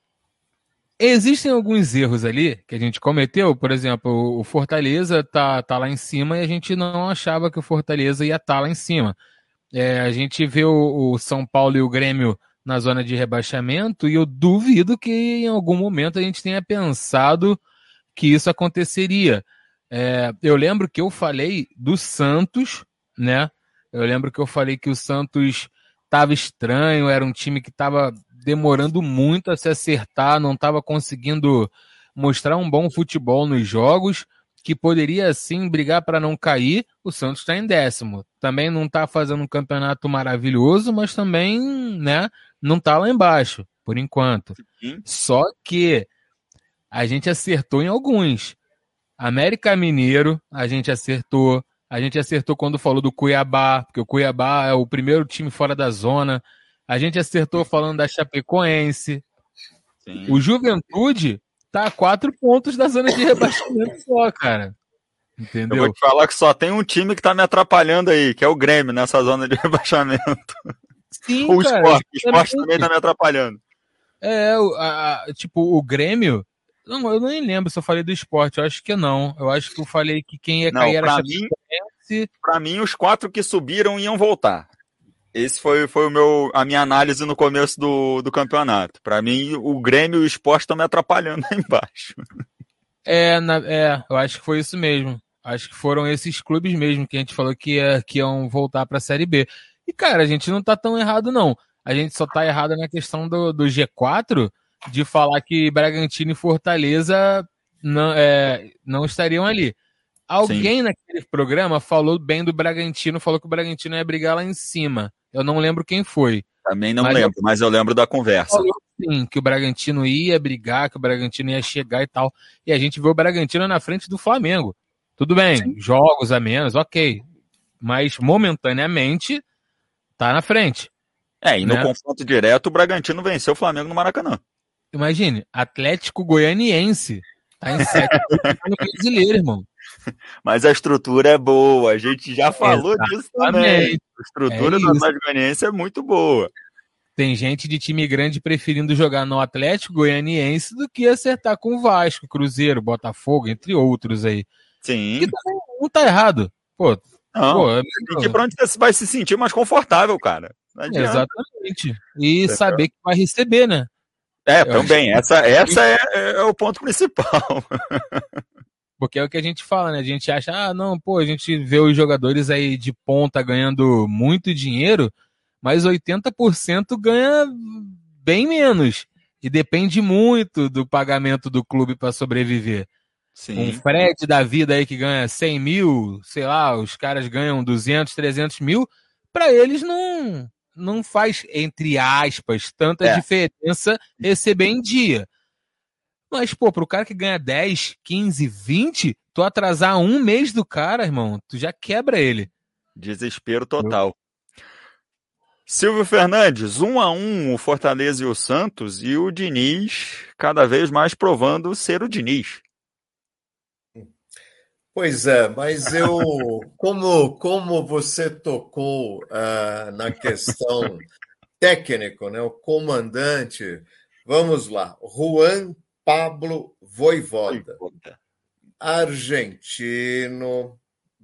Existem alguns erros ali que a gente cometeu, por exemplo, o Fortaleza tá, tá lá em cima e a gente não achava que o Fortaleza ia estar tá lá em cima. É, a gente vê o, o São Paulo e o Grêmio na zona de rebaixamento e eu duvido que em algum momento a gente tenha pensado que isso aconteceria. É, eu lembro que eu falei do Santos, né? Eu lembro que eu falei que o Santos estava estranho, era um time que estava demorando muito a se acertar, não estava conseguindo mostrar um bom futebol nos jogos, que poderia sim brigar para não cair. O Santos está em décimo. Também não está fazendo um campeonato maravilhoso, mas também, né, não está lá embaixo, por enquanto. Sim. Só que a gente acertou em alguns. América Mineiro, a gente acertou. A gente acertou quando falou do Cuiabá, porque o Cuiabá é o primeiro time fora da zona. A gente acertou falando da Chapecoense. Sim. O Juventude tá a quatro pontos da zona de rebaixamento só, cara. Entendeu? Eu vou te falar que só tem um time que tá me atrapalhando aí, que é o Grêmio, nessa zona de rebaixamento. Sim, o cara. esporte, o esporte também tá me atrapalhando. É, a, a, tipo, o Grêmio... Não, eu nem lembro se eu falei do esporte, eu acho que não. Eu acho que eu falei que quem ia não, cair era a Chapecoense. Pra mim, os quatro que subiram iam voltar. Esse foi, foi o meu, a minha análise no começo do, do campeonato. Para mim, o Grêmio e o Sport estão me atrapalhando aí embaixo. É, na, é, eu acho que foi isso mesmo. Acho que foram esses clubes mesmo que a gente falou que, ia, que iam voltar para a Série B. E, cara, a gente não tá tão errado, não. A gente só tá errado na questão do, do G quatro, de falar que Bragantino e Fortaleza não, é, não estariam ali. Alguém Sim. naquele programa falou bem do Bragantino, falou que o Bragantino ia brigar lá em cima. Eu não lembro quem foi. Também não mas lembro, eu... mas eu lembro da conversa. Falou sim, que o Bragantino ia brigar, que o Bragantino ia chegar e tal. E a gente vê o Bragantino na frente do Flamengo. Tudo bem, sim. jogos a menos, ok. Mas momentaneamente tá na frente. É, e né? no confronto direto o Bragantino venceu o Flamengo no Maracanã. Imagine, Atlético Goianiense. Tá em sétimo no brasileiro, irmão. Mas a estrutura é boa, a gente já falou Exatamente. disso também. A estrutura é do Atlético Goianiense é muito boa. Tem gente de time grande preferindo jogar no Atlético Goianiense do que acertar com o Vasco, Cruzeiro, Botafogo, entre outros aí. Sim. Que também não tá errado. Pô, não, pô, é tem que ir pra onde você vai se sentir mais confortável, cara. Não adianta. Exatamente. E Entendeu? Saber que vai receber, né? É, Eu também. Essa, essa é, é o ponto principal. Porque é o que a gente fala, né? A gente acha, ah, não, pô, a gente vê os jogadores aí de ponta ganhando muito dinheiro, mas oitenta por cento ganha bem menos. E depende muito do pagamento do clube para sobreviver. Sim. Um Fred da vida aí que ganha cem mil, sei lá, os caras ganham duzentos, trezentos mil, para eles não, não faz, entre aspas, tanta é. diferença receber em dia. Mas, pô, pro cara que ganha dez, quinze, vinte, tu atrasar um mês do cara, irmão, tu já quebra ele. Desespero total. Silvio Fernandes, um a um o Fortaleza e o Santos, e o Diniz cada vez mais provando ser o Diniz. Pois é, mas eu, como, como você tocou uh, na questão técnico, né, o comandante, vamos lá, Juan Pablo Vojvoda, argentino,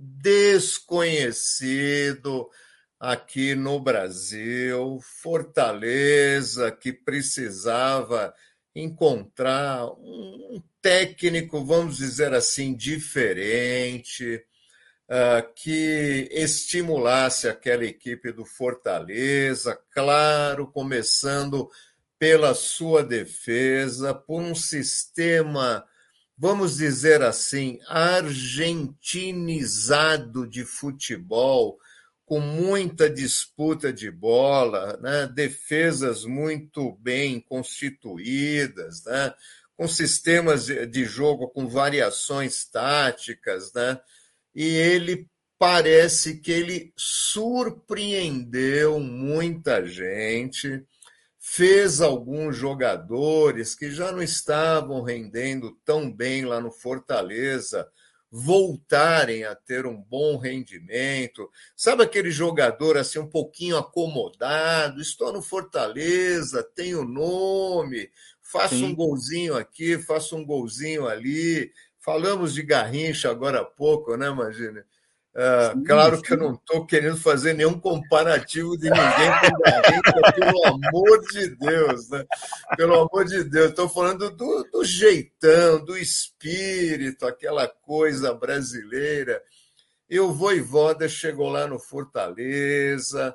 desconhecido aqui no Brasil, Fortaleza, que precisava encontrar um técnico, vamos dizer assim, diferente, uh, que estimulasse aquela equipe do Fortaleza, claro, começando pela sua defesa, por um sistema, vamos dizer assim, argentinizado de futebol, com muita disputa de bola, né? Defesas muito bem constituídas, né? Com sistemas de jogo com variações táticas, né? E ele parece que ele surpreendeu muita gente, fez alguns jogadores que já não estavam rendendo tão bem lá no Fortaleza voltarem a ter um bom rendimento. Sabe aquele jogador assim um pouquinho acomodado? Estou no Fortaleza, tenho nome, faço Sim. um golzinho aqui, faço um golzinho ali. Falamos de Garrincha agora há pouco, né, Magine? Uh, sim, claro sim. que eu não estou querendo fazer nenhum comparativo de ninguém com Garrincha, pelo amor de Deus, né? Pelo amor de Deus, estou falando do, do jeitão, do espírito, aquela coisa brasileira. E o Vojvoda chegou lá no Fortaleza,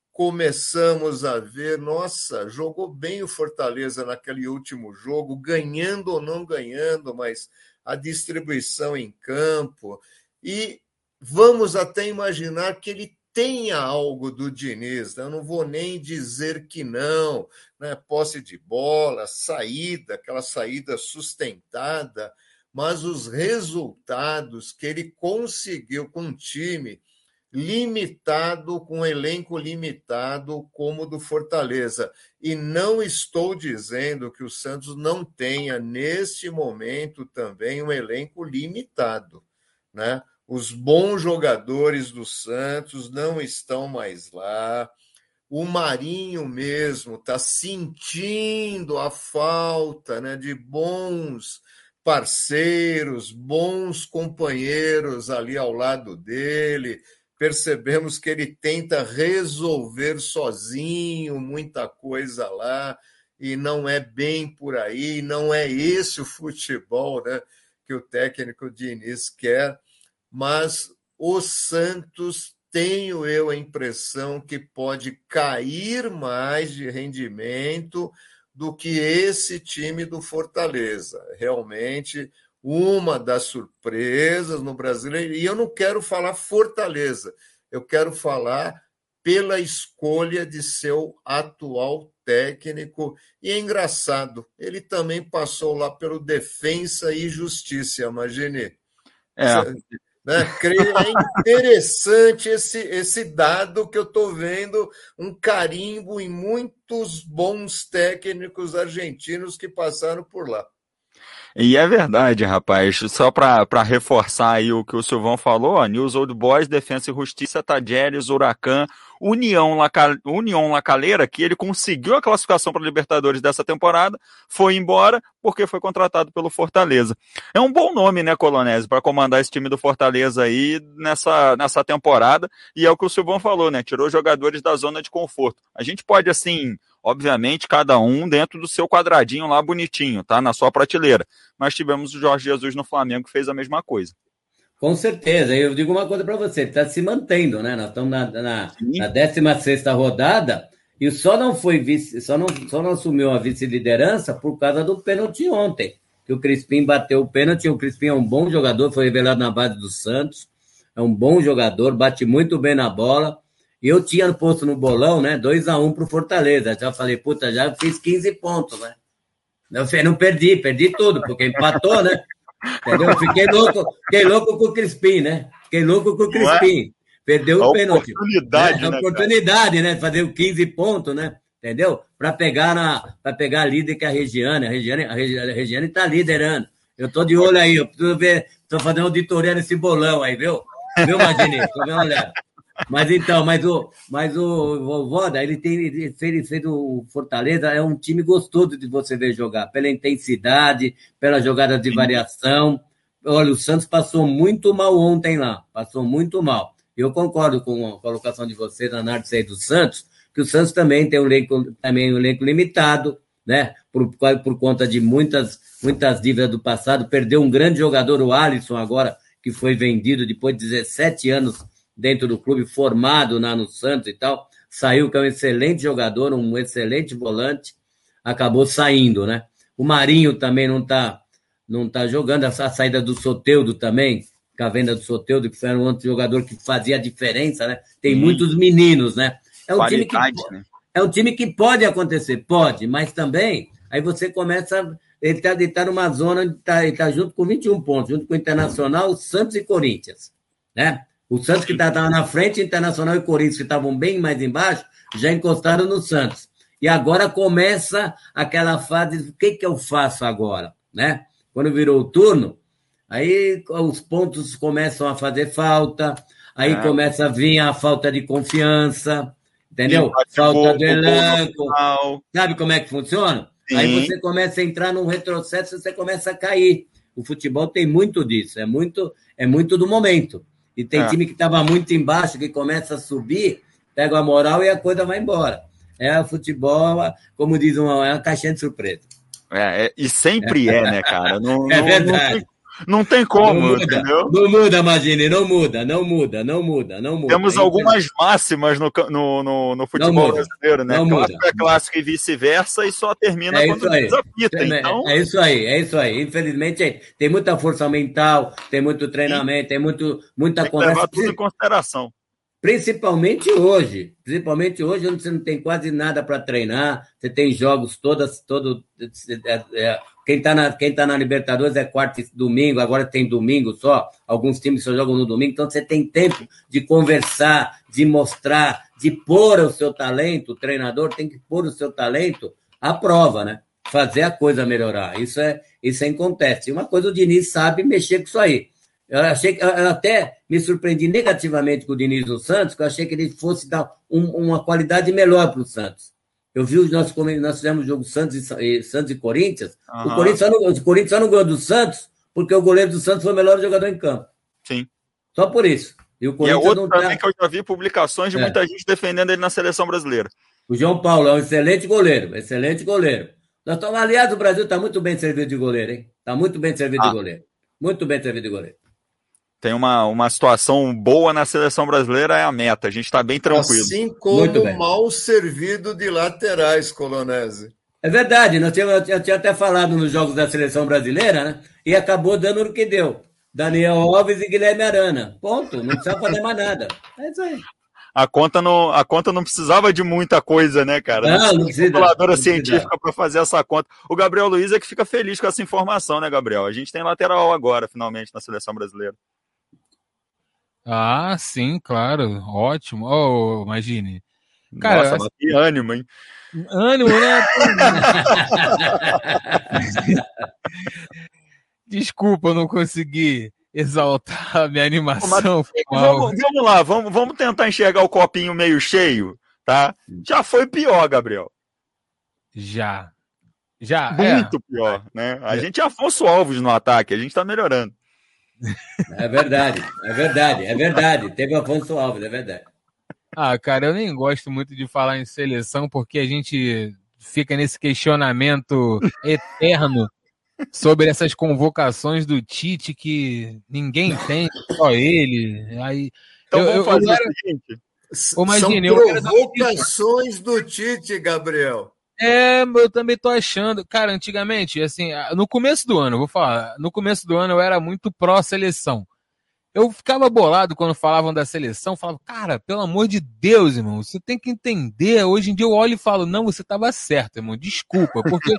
começamos a ver, nossa, jogou bem o Fortaleza naquele último jogo, ganhando ou não ganhando, mas a distribuição em campo, e vamos até imaginar que ele tenha algo do Diniz, né? Eu não vou nem dizer que não, né? Posse de bola, saída, aquela saída sustentada, mas os resultados que ele conseguiu com um time limitado, com um elenco limitado como o do Fortaleza. E não estou dizendo que o Santos não tenha, neste momento, também um elenco limitado, né? Os bons jogadores do Santos não estão mais lá. O Marinho mesmo está sentindo a falta, né, de bons parceiros, bons companheiros ali ao lado dele. Percebemos que ele tenta resolver sozinho muita coisa lá, e não é bem por aí, não é esse o futebol, né, que o técnico Diniz quer, mas o Santos, tenho eu a impressão que pode cair mais de rendimento do que esse time do Fortaleza. Realmente, uma das surpresas no Brasileiro, e eu não quero falar Fortaleza, eu quero falar pela escolha de seu atual técnico. E é engraçado, ele também passou lá pelo Defensa e Justiça, imagine. É. Né? É interessante esse, esse dado que eu estou vendo, um carimbo em muitos bons técnicos argentinos que passaram por lá. E é verdade, rapaz. Só para reforçar aí o que o Silvão falou, ó, News Old Boys, Defensa e Justiça, Tajeres, Huracan, União, Laca... União Lacaleira, que ele conseguiu a classificação para a Libertadores dessa temporada, foi embora porque foi contratado pelo Fortaleza. É um bom nome, né, Colonese, para comandar esse time do Fortaleza aí nessa, nessa temporada, e é o que o Silvão falou, né, tirou jogadores da zona de conforto. A gente pode, assim, obviamente, cada um dentro do seu quadradinho lá bonitinho, tá, na sua prateleira, mas tivemos o Jorge Jesus no Flamengo que fez a mesma coisa. Com certeza, eu digo uma coisa para você, ele está se mantendo, né? Nós estamos na, na, na décima sexta rodada e só não foi vice, só não, só não assumiu a vice-liderança por causa do pênalti ontem, que o Crispim bateu o pênalti. O Crispim é um bom jogador, foi revelado na base do Santos, é um bom jogador, bate muito bem na bola. E eu tinha posto no bolão, né? dois a um pro Fortaleza. Já falei, puta, já fiz quinze pontos, né? Eu não perdi, perdi tudo, porque empatou, né? Entendeu? Fiquei louco, fiquei louco com o Crispim, né? Fiquei louco com o Crispim. Perdeu o pênalti. Oportunidade, né? né, oportunidade, né? Fazer quinze pontos, né? Entendeu? Para pegar na, para pegar a líder, que é a Regiane. A Regiane, a Regiane, a Regiane tá liderando. Eu tô de olho aí, eu preciso ver, tô fazendo auditoria nesse bolão aí, viu? Viu, Magini? Tô dando uma olhada. Mas então, mas o, mas o Voivoda, ele tem, ele fez, ele fez o Fortaleza, é um time gostoso de você ver jogar, pela intensidade, pela jogada de variação. Olha, o Santos passou muito mal ontem lá, passou muito mal. Eu concordo com a colocação de vocês, na análise aí do Santos, que o Santos também tem um elenco, também um elenco limitado, né? Por, por conta de muitas, muitas dívidas do passado. Perdeu um grande jogador, o Alisson, agora, que foi vendido depois de dezessete anos dentro do clube, formado lá no Santos e tal, saiu, que é um excelente jogador, um excelente volante, acabou saindo, né? O Marinho também não tá, não tá jogando, a saída do Soteldo também, com a venda do Soteldo, que foi um outro jogador que fazia a diferença, né? Tem hum. muitos meninos, né? É um, time que, né? é um time que pode acontecer, pode, mas também, aí você começa, ele tá, ele tá numa zona, ele tá, ele tá junto com vinte e um pontos, junto com o Internacional, Santos e Corinthians, né? O Santos, que estava na frente, Internacional e Corinthians, que estavam bem mais embaixo, já encostaram no Santos. E agora começa aquela fase, o que, que eu faço agora? Né? Quando virou o turno, aí os pontos começam a fazer falta, aí é. começa a vir a falta de confiança, entendeu? Falta do elenco. Sabe como é que funciona? Sim. Aí você começa a entrar num retrocesso e você começa a cair. O futebol tem muito disso, é muito, é muito do momento. E tem é. time que estava muito embaixo, que começa a subir, pega a moral e a coisa vai embora. É o futebol, como diz uma, é uma caixinha de surpresa. É, é e sempre é, né, cara? Não, é não, verdade. Não tem, Não tem como, não muda, entendeu? Não muda, imagine, não muda, não muda, não muda, não muda. Temos algumas máximas no, no, no, no futebol brasileiro, né? Não clássico muda. é clássico e vice-versa, e só termina é quando o juiz apita. Então... É isso aí, é isso aí. Infelizmente, tem muita força mental, tem muito treinamento, Sim. tem muito, muita tem que conversa. levar tudo em consideração. Principalmente hoje. Principalmente hoje, onde você não tem quase nada para treinar, você tem jogos todas, todo. É, é, quem está na, quem tá na Libertadores é quarta e domingo, agora tem domingo só, alguns times só jogam no domingo, então você tem tempo de conversar, de mostrar, de pôr o seu talento, o treinador tem que pôr o seu talento à prova, né? Fazer a coisa melhorar. Isso é, isso é inconteste. Uma coisa o Diniz sabe mexer com isso aí. Eu achei que eu até me surpreendi negativamente com o Diniz no Santos, que eu achei que ele fosse dar um, uma qualidade melhor para o Santos. Eu vi os nossos nós fizemos o jogo Santos e, Santos e Corinthians. Uhum. O, Corinthians só não, o Corinthians só não ganhou do Santos porque o goleiro do Santos foi o melhor jogador em campo. Sim. Só por isso. E, o Corinthians e é outro não também tá... que eu já vi publicações de é. muita gente defendendo ele na seleção brasileira. O João Paulo é um excelente goleiro, excelente goleiro. Nós estamos, aliás, o Brasil está muito bem servido de goleiro, hein? Está muito bem servido ah. de goleiro. Muito bem servido de goleiro. Tem uma, uma situação boa na seleção brasileira, é a meta. A gente está bem tranquilo. Assim como mal servido de laterais, Colonese. É verdade. Nós tínhamos, eu tinha até falado nos jogos da seleção brasileira, né? E acabou dando no que deu. Daniel Alves e Guilherme Arana. Ponto. Não precisa fazer mais nada. É isso aí. A conta não, a conta não precisava de muita coisa, né, cara? Não, não precisa. Calculadora científica para fazer essa conta. O Gabriel Luiz é que fica feliz com essa informação, né, Gabriel? A gente tem lateral agora, finalmente, na seleção brasileira. Ah, sim, claro. Ótimo. Oh, imagine. Cara, Nossa, que ânimo, hein? Ânimo, né? Desculpa, eu não consegui exaltar a minha animação. Mas, vamos, vamos lá, vamos, vamos tentar enxergar o copinho meio cheio, tá? Já foi pior, Gabriel. Já. Já. Muito é. pior, né? A gente é Afonso Alves no ataque, a gente tá melhorando. É verdade, é verdade, é verdade. Teve o Afonso Alves, é verdade. Ah, cara, eu nem gosto muito de falar em seleção porque a gente fica nesse questionamento eterno sobre essas convocações do Tite que ninguém tem, só ele. Aí, então eu, vamos eu, fazer eu era... o seguinte. Imagine, São provocações do Tite, Gabriel. É, eu também tô achando. Cara, antigamente, assim, no começo do ano, vou falar, no começo do ano eu era muito pró-seleção. Eu ficava bolado quando falavam da seleção, falava, cara, pelo amor de Deus, irmão, você tem que entender. Hoje em dia eu olho e falo, não, você tava certo, irmão, desculpa, porque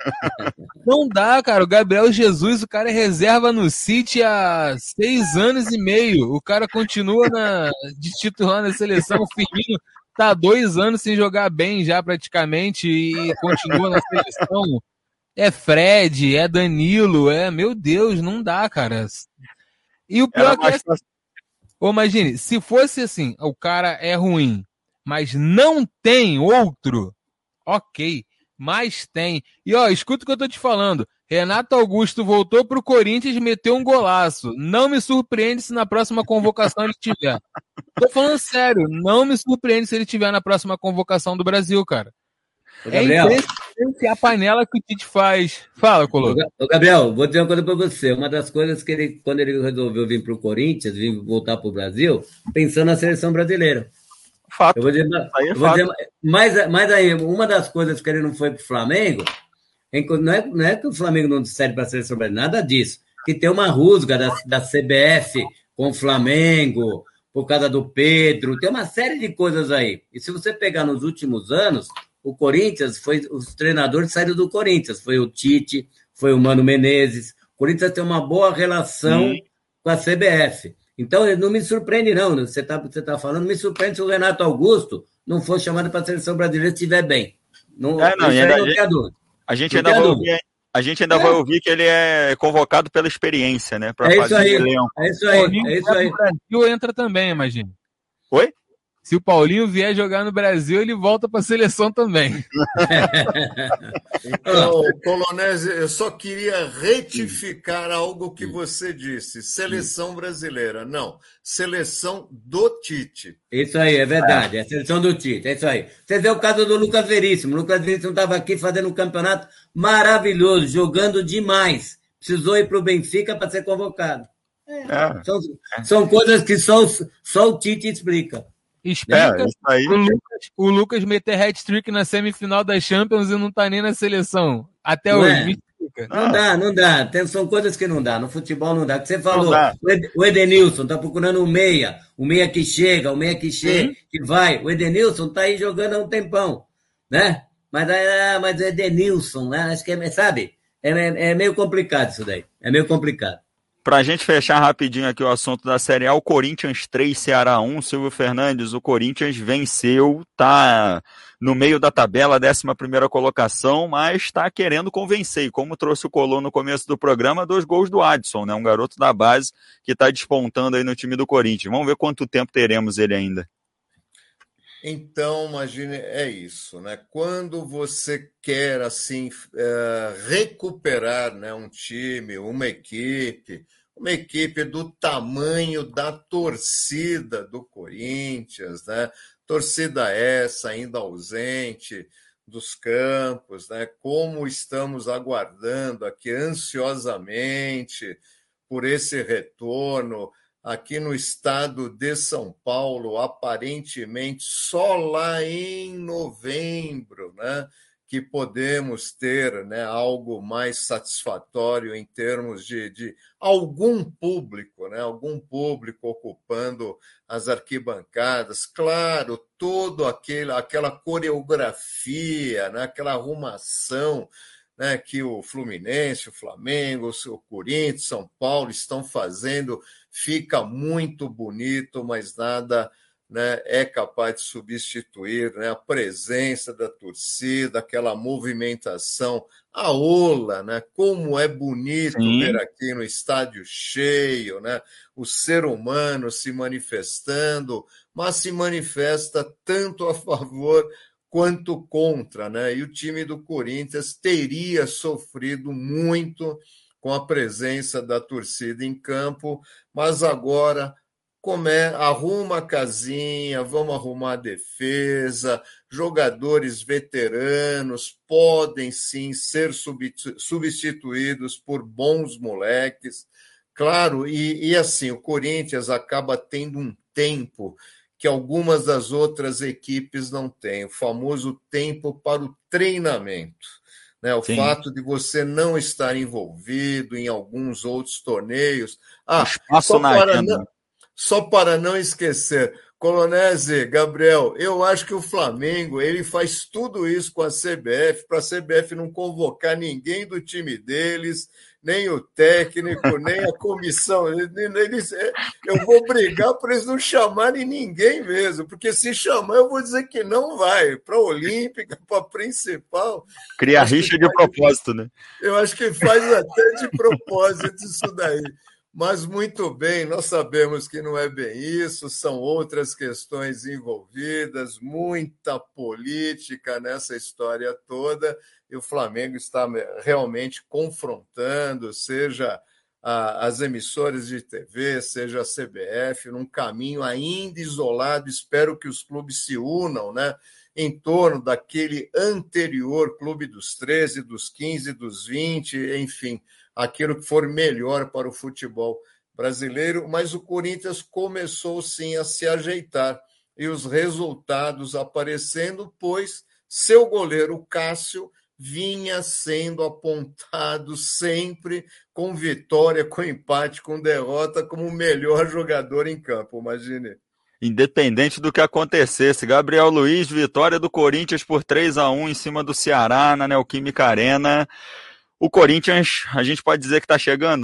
não dá, cara. O Gabriel Jesus, o cara é reserva no City há seis anos e meio. O cara continua na, de titular na seleção, o Firmino tá dois anos sem jogar bem já praticamente e continua na seleção. É Fred, é Danilo, é, meu Deus, não dá, cara. E o pior é que é... Ô, imagine, se fosse assim, o cara é ruim, mas não tem outro, ok, mas tem. E ó, escuta o que eu tô te falando. Renato Augusto voltou pro Corinthians e meteu um golaço. Não me surpreende se na próxima convocação ele tiver. Tô falando sério, não me surpreende se ele tiver na próxima convocação do Brasil, cara. Ô, Gabriel, é impressionante a panela que o Tite faz. Fala, Colô. Ô, Gabriel, vou dizer uma coisa pra você. Uma das coisas que ele, quando ele resolveu vir pro Corinthians, vir voltar pro Brasil, pensando na seleção brasileira. Fato. Eu vou dizer, aí é eu vou fato. dizer mais, mais aí, uma das coisas que ele não foi pro Flamengo, não é, não é que o Flamengo não serve pra seleção brasileira, nada disso. Que tem uma rusga da, da C B F com o Flamengo, por causa do Pedro, tem uma série de coisas aí. E se você pegar nos últimos anos, o Corinthians, foi, os treinadores saíram do Corinthians, foi o Tite, foi o Mano Menezes. O Corinthians tem uma boa relação Sim. com a C B F. Então, não me surpreende, não. Você está você tá falando, me surpreende se o Renato Augusto não for chamado para a seleção brasileira se estiver bem. Não, é, não, isso ainda, aí não tem a dúvida. A gente ainda vai ouvir, a gente ainda é. vai ouvir que ele é convocado pela experiência, né? É isso aí, é isso aí, é isso aí. O Brasil entra também, imagina. Oi? Se o Paulinho vier jogar no Brasil, ele volta para a seleção também. Então, Colonese, eu só queria retificar algo que você disse. Seleção brasileira. Não, seleção do Tite. Isso aí, é verdade. É a seleção do Tite, é isso aí. Você vê o caso do Lucas Veríssimo. O Lucas Veríssimo estava aqui fazendo um campeonato maravilhoso, jogando demais. precisou ir para o Benfica para ser convocado. É, É. São, são coisas que só, só o Tite explica. Explica É, isso aí. o Lucas, o Lucas meter hat-trick na semifinal da Champions e não tá nem na seleção. Até Não hoje, é? me explica. Não dá, não dá. Tem, são coisas que não dá. No futebol não dá. Que você falou, dá. o Ed- o Edenilson tá procurando um meia, o meia que chega, o meia que chega, que vai. O Edenilson tá aí jogando há um tempão, né? Mas, é, mas o Edenilson, né? Acho que é, sabe? É, é, é meio complicado isso daí. É meio complicado. Pra gente fechar rapidinho aqui o assunto da Série A, o Corinthians três, Ceará um, Silvio Fernandes, o Corinthians venceu, tá no meio da tabela, décima primeira colocação, mas tá querendo convencer, e como trouxe o Colô no começo do programa, dois gols do Adson, né, um garoto da base que tá despontando aí no time do Corinthians. Vamos ver quanto tempo teremos ele ainda. Então, imagine, é isso, né? Quando você quer, assim, é, recuperar, né, um time, uma equipe, uma equipe do tamanho da torcida do Corinthians, né? Torcida essa ainda ausente dos campos, né? Como estamos aguardando aqui ansiosamente por esse retorno. Aqui no estado de São Paulo, aparentemente só lá em novembro, né, que podemos ter, né, algo mais satisfatório em termos de, de algum público, né, algum público ocupando as arquibancadas. Claro, toda aquele, aquela coreografia, né, aquela arrumação, né, que o Fluminense, o Flamengo, o Corinthians, São Paulo estão fazendo, fica muito bonito, mas nada, né, é capaz de substituir, né, a presença da torcida, aquela movimentação, a ola, né, como é bonito Sim. ver aqui no estádio cheio, né, o ser humano se manifestando, mas se manifesta tanto a favor quanto contra, né? E o time do Corinthians teria sofrido muito com a presença da torcida em campo, mas agora come, arruma a casinha, vamos arrumar a defesa, jogadores veteranos podem sim ser substituídos por bons moleques, claro, e, e assim, o Corinthians acaba tendo um tempo que algumas das outras equipes não têm, o famoso tempo para o treinamento. Né? O Sim. fato de você não estar envolvido em alguns outros torneios. Ah, Espaço só na para, agenda. não, só para não esquecer, Colonese, Gabriel, eu acho que o Flamengo ele faz tudo isso com a C B F, para a C B F não convocar ninguém do time deles, nem o técnico, nem a comissão. Eles, eu vou brigar para eles não chamarem ninguém mesmo, porque se chamar eu vou dizer que não vai. Para a Olímpica, para a principal. Cria rixa de propósito, né? Eu acho que faz até de propósito isso daí. Mas muito bem, nós sabemos que não é bem isso, são outras questões envolvidas, muita política nessa história toda, e o Flamengo está realmente confrontando, seja a, as emissoras de T V, seja a C B F, num caminho ainda isolado. Espero que os clubes se unam, né, em torno daquele anterior clube dos treze, dos quinze, dos vinte, enfim, aquilo que for melhor para o futebol brasileiro, mas o Corinthians começou sim a se ajeitar e os resultados aparecendo, pois seu goleiro Cássio vinha sendo apontado sempre com vitória, com empate, com derrota, como o melhor jogador em campo, imagine. Independente do que acontecesse, Gabriel Luiz, vitória do Corinthians por três a um em cima do Ceará na Neoquímica Arena. O Corinthians, a gente pode dizer que está chegando?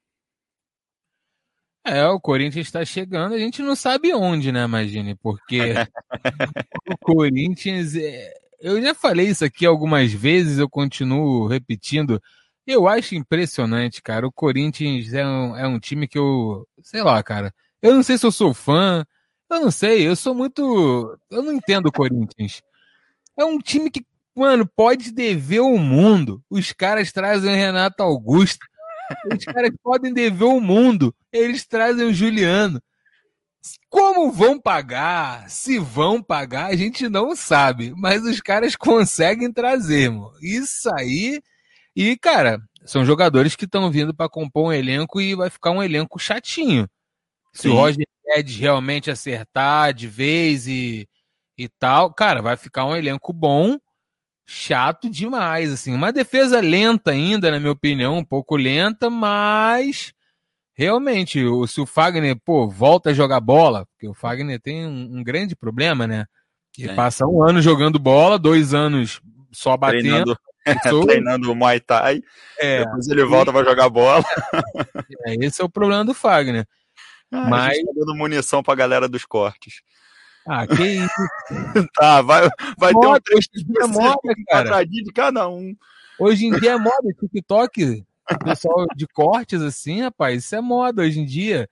É, o Corinthians está chegando, a gente não sabe onde, né, Magine? Porque o Corinthians, é... eu já falei isso aqui algumas vezes, eu continuo repetindo, eu acho impressionante, cara, o Corinthians é um, é um time que eu, sei lá, cara, eu não sei se eu sou fã, eu não sei, eu sou muito, eu não entendo o Corinthians. É um time que, mano, pode dever o mundo. Os caras trazem o Renato Augusto. Os caras podem dever o mundo. Eles trazem o Juliano. Como vão pagar? Se vão pagar, a gente não sabe. Mas os caras conseguem trazer, mano. Isso aí E, cara, são jogadores que estão vindo para compor um elenco e vai ficar um elenco chatinho. Se Sim. o Roger Guedes realmente acertar de vez e, e tal, cara, vai ficar um elenco bom, chato demais, assim. Uma defesa lenta ainda, na minha opinião, um pouco lenta, mas realmente, se o Fagner, pô, volta a jogar bola, porque o Fagner tem um, um grande problema, né? Que é. passa um ano jogando bola, dois anos só batendo. Treinando, treinando Muay Thai, é, depois ele volta e... para jogar bola. É, esse é o problema do Fagner. Ah, mas... A gente tá dando munição pra galera dos cortes. Ah, que isso. Tá, vai, vai moda, ter um hoje em dia é moda, cara. de cada um. Hoje em dia é moda, TikTok, o pessoal de cortes assim, rapaz, isso é moda hoje em dia.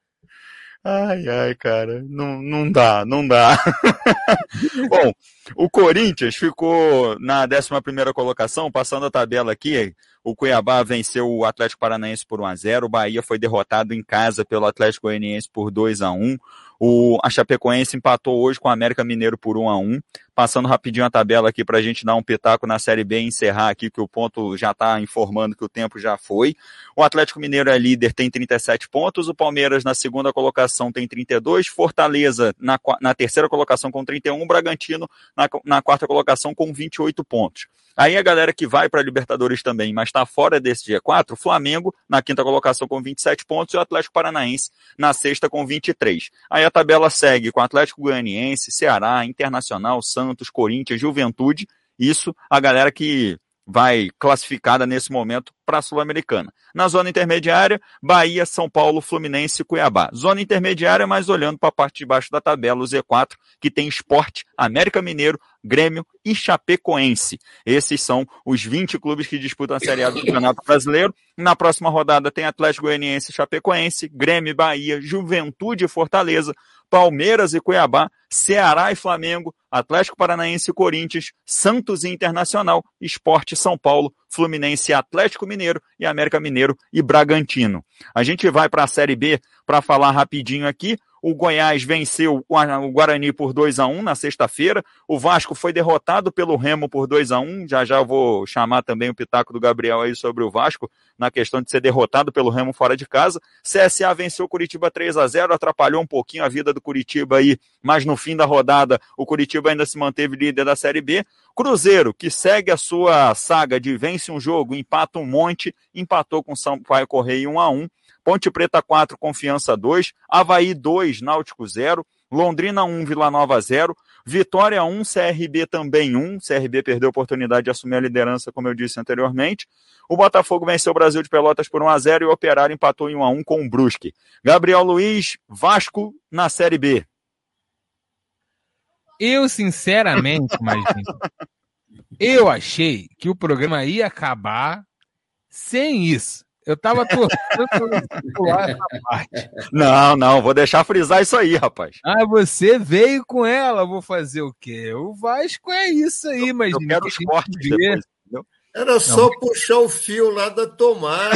Ai, ai, cara, não, não dá, não dá. Bom, o Corinthians ficou na décima primeira colocação, passando a tabela aqui. O Cuiabá venceu o Atlético Paranaense por um a zero, o Bahia foi derrotado em casa pelo Atlético Goianiense por dois a um. O, a Chapecoense empatou hoje com o América Mineiro por um a um. Passando rapidinho a tabela aqui pra gente dar um pitaco na Série B e encerrar aqui, que o ponto já tá informando que o tempo já foi. O Atlético Mineiro é líder, tem trinta e sete pontos. O Palmeiras na segunda colocação tem trinta e dois. Fortaleza na, na terceira colocação com trinta e um. Bragantino na, na quarta colocação com vinte e oito pontos. Aí a galera que vai para a Libertadores também, mas está fora desse G quatro, o Flamengo na quinta colocação com vinte e sete pontos e o Atlético Paranaense na sexta com vinte e três. Aí a tabela segue com Atlético Goianiense, Ceará, Internacional, Santos, Corinthians, Juventude. Isso a galera que vai classificada nesse momento para a Sul-Americana. Na zona intermediária, Bahia, São Paulo, Fluminense e Cuiabá. Zona intermediária, mas olhando para a parte de baixo da tabela, o Z quatro, que tem Sport, América Mineiro, Grêmio e Chapecoense. Esses são os vinte clubes que disputam a Série A do Campeonato Brasileiro. Na próxima rodada tem Atlético Goianiense e Chapecoense, Grêmio e Bahia, Juventude e Fortaleza, Palmeiras e Cuiabá, Ceará e Flamengo, Atlético Paranaense e Corinthians, Santos e Internacional, Sport São Paulo, Fluminense e Atlético Mineiro e América Mineiro e Bragantino. A gente vai para a Série B para falar rapidinho aqui. O Goiás venceu o Guarani por dois a um na sexta-feira. O Vasco foi derrotado pelo Remo por dois a um. Já já eu vou chamar também o pitaco do Gabriel aí sobre o Vasco, na questão de ser derrotado pelo Remo fora de casa. C S A venceu o Curitiba três a zero, atrapalhou um pouquinho a vida do Curitiba aí, mas no fim da rodada o Curitiba ainda se manteve líder da Série B. Cruzeiro, que segue a sua saga de vence um jogo, empata um monte, empatou com Sampaio Correia um a um. Ponte Preta quatro, Confiança dois, Avaí dois, Náutico zero, Londrina um, Vila Nova zero, Vitória um, C R B também um, C R B perdeu a oportunidade de assumir a liderança, como eu disse anteriormente. O Botafogo venceu o Brasil de Pelotas por um a zero e o Operário empatou em um a um com o Brusque. Gabriel Luiz, Vasco na Série B. Eu, sinceramente, mas eu achei que o programa ia acabar sem isso. Eu tava torcendo pular essa parte. Não, não, vou deixar frisar isso aí, rapaz. Ah, você veio com ela, vou fazer o quê? O Vasco é isso aí, mas... Eu quero os cortes depois, entendeu? Era só não. puxar o fio lá da tomada.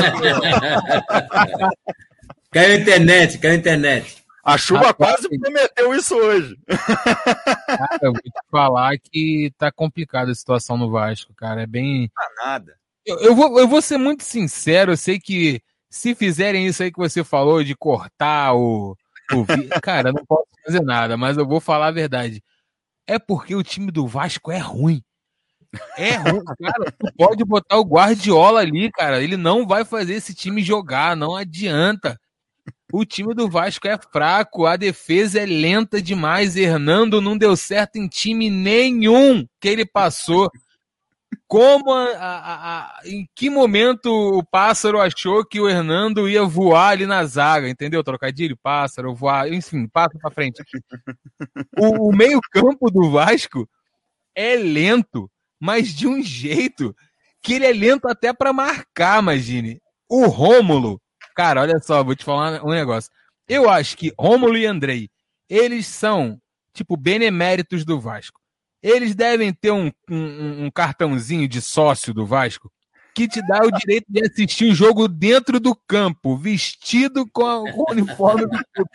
Caiu a internet, caiu a internet. A chuva Rapaz, quase prometeu isso hoje. Cara, eu vou te falar que tá complicada a situação no Vasco, cara. É bem... Não tá nada. Eu, eu, vou, eu vou ser muito sincero, eu sei que se fizerem isso aí que você falou, de cortar o, o vídeo, cara, eu não posso fazer nada, mas eu vou falar a verdade. É porque o time do Vasco é ruim. É ruim, cara. Tu pode botar o Guardiola ali, cara. Ele não vai fazer esse time jogar, não adianta. O time do Vasco é fraco, a defesa é lenta demais. Hernando não deu certo em time nenhum que ele passou. Como a, a, a, em que momento o Pássaro achou que o Hernando ia voar ali na zaga, entendeu? Trocadilho, Pássaro, voar, enfim, passa pra frente. O, o meio-campo do Vasco é lento, mas de um jeito que ele é lento até pra marcar, imagine. O Rômulo, cara, olha só, vou te falar um negócio. Eu acho que Rômulo e Andrei, eles são, tipo, beneméritos do Vasco. Eles devem ter um, um, um cartãozinho de sócio do Vasco, que te dá o direito de assistir o jogo dentro do campo, vestido com, a, com o uniforme do clube.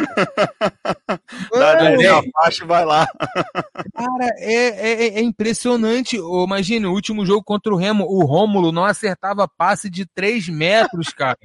Dá a faixa e vai lá. Cara, é, é, é impressionante. Oh, imagina, o último jogo contra o Remo, o Rômulo não acertava passe de três metros, cara.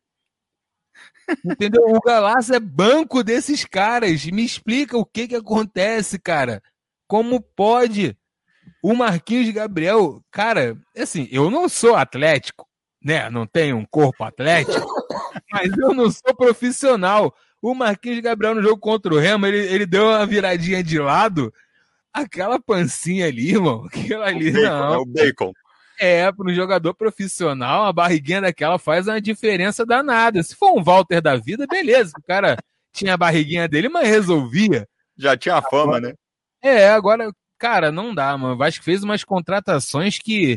Entendeu? O Galaça é banco desses caras. Me explica o que que acontece, cara. Como pode? O Marquinhos Gabriel, cara, assim, eu não sou atlético, né? Não tenho um corpo atlético, mas eu não sou profissional. O Marquinhos Gabriel no jogo contra o Remo, ele, ele deu uma viradinha de lado, aquela pancinha ali, irmão, aquilo ali, o bacon, não. É o bacon. É, para um jogador profissional, a barriguinha daquela faz uma diferença danada. Se for um Walter da vida, beleza, o cara tinha a barriguinha dele, mas resolvia. Já tinha a fama, agora, né? É, agora, cara, não dá, mano. O Vasco fez umas contratações que,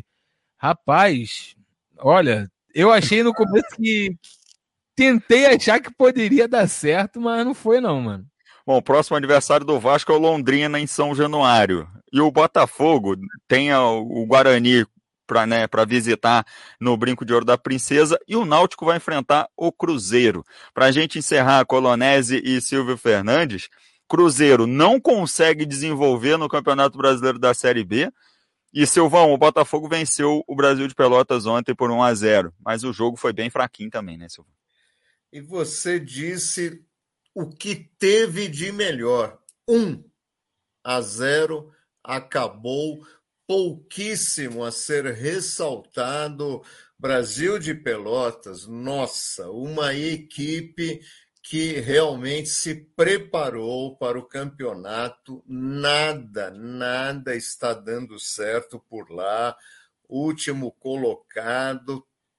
rapaz, olha, eu achei no começo que tentei achar que poderia dar certo, mas não foi não, mano. Bom, o próximo adversário do Vasco é o Londrina em São Januário. E o Botafogo tem o Guarani para né, para visitar no Brinco de Ouro da Princesa, e o Náutico vai enfrentar o Cruzeiro. Para a gente encerrar, Colonese e Silvio Fernandes, Cruzeiro não consegue desenvolver no Campeonato Brasileiro da Série B, e Silvão, o Botafogo venceu o Brasil de Pelotas ontem por um a zero, mas o jogo foi bem fraquinho também, né, Silvão? E você disse o que teve de melhor. um a zero, acabou. Pouquíssimo a ser ressaltado. Brasil de Pelotas, nossa, uma equipe que realmente se preparou para o campeonato. Nada, nada está dando certo por lá. Último colocado,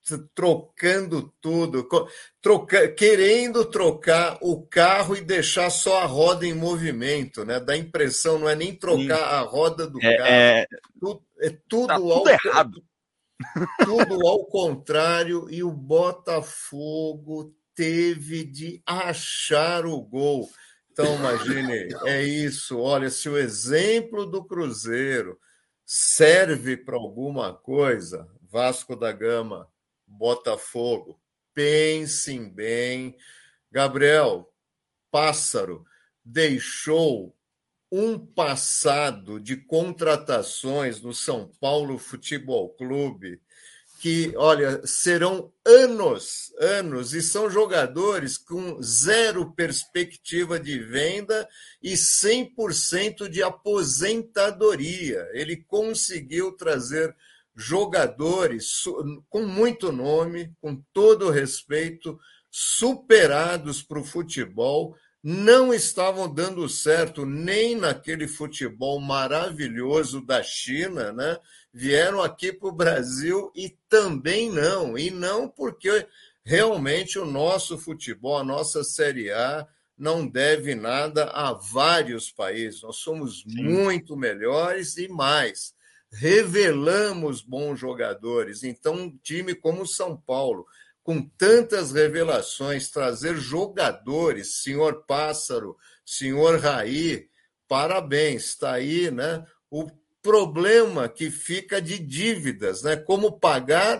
trocando tudo, troca, querendo trocar o carro e deixar só a roda em movimento, né? Dá impressão, não é nem trocar Sim. a roda do é, carro. É, tudo, é tudo, tá ao, tudo errado. Tudo ao contrário, e o Botafogo teve de achar o gol. Então, imagine, é isso. Olha, se o exemplo do Cruzeiro serve para alguma coisa, Vasco da Gama, Botafogo, pensem bem. Gabriel, Pássaro deixou um passado de contratações no São Paulo Futebol Clube que, olha, serão anos, anos, e são jogadores com zero perspectiva de venda e cem por cento de aposentadoria. Ele conseguiu trazer jogadores com muito nome, com todo respeito, superados para o futebol, não estavam dando certo nem naquele futebol maravilhoso da China, né? Vieram aqui para o Brasil e também não, e não porque realmente o nosso futebol, a nossa Série A, não deve nada a vários países. Nós somos Sim. muito melhores e mais. Revelamos bons jogadores. Então, um time como o São Paulo, com tantas revelações, trazer jogadores, senhor Pássaro, senhor Raí, parabéns, está aí, né? O problema que fica de dívidas, né? Como pagar,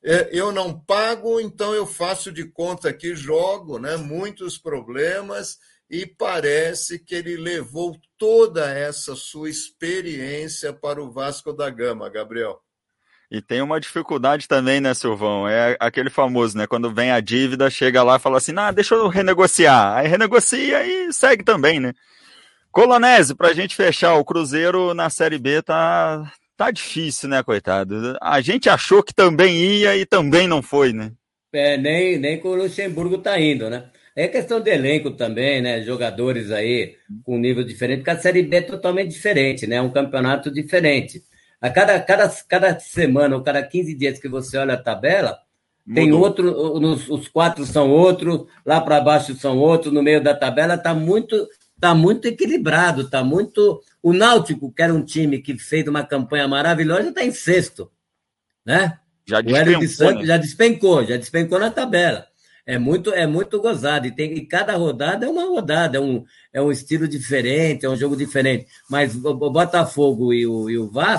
eu não pago, então eu faço de conta que jogo, né? Muitos problemas, e parece que ele levou toda essa sua experiência para o Vasco da Gama, Gabriel. E tem uma dificuldade também, né, Silvão? É aquele famoso, né? Quando vem a dívida, chega lá e fala assim, ah, deixa eu renegociar. Aí renegocia e segue também, né? Colonese, pra gente fechar, o Cruzeiro na Série B tá, tá difícil, né, coitado? A gente achou que também ia e também não foi, né? É, nem, nem com o Luxemburgo tá indo, né? É questão de elenco também, né? Jogadores aí com nível diferente, porque a Série B é totalmente diferente, né? É um campeonato diferente. A cada, cada, cada semana ou cada quinze dias que você olha a tabela, Mudou. Tem outro, nos, os quatro são outros, lá para baixo são outros, no meio da tabela está muito, tá muito equilibrado, está muito... O Náutico, que era um time que fez uma campanha maravilhosa, está em sexto, né? Já o Hélio de Santos né? já despencou, já despencou na tabela. É muito, é muito gozado, e, tem, e cada rodada é uma rodada, é um, é um estilo diferente, é um jogo diferente. Mas o, o Botafogo e o, e o Vasco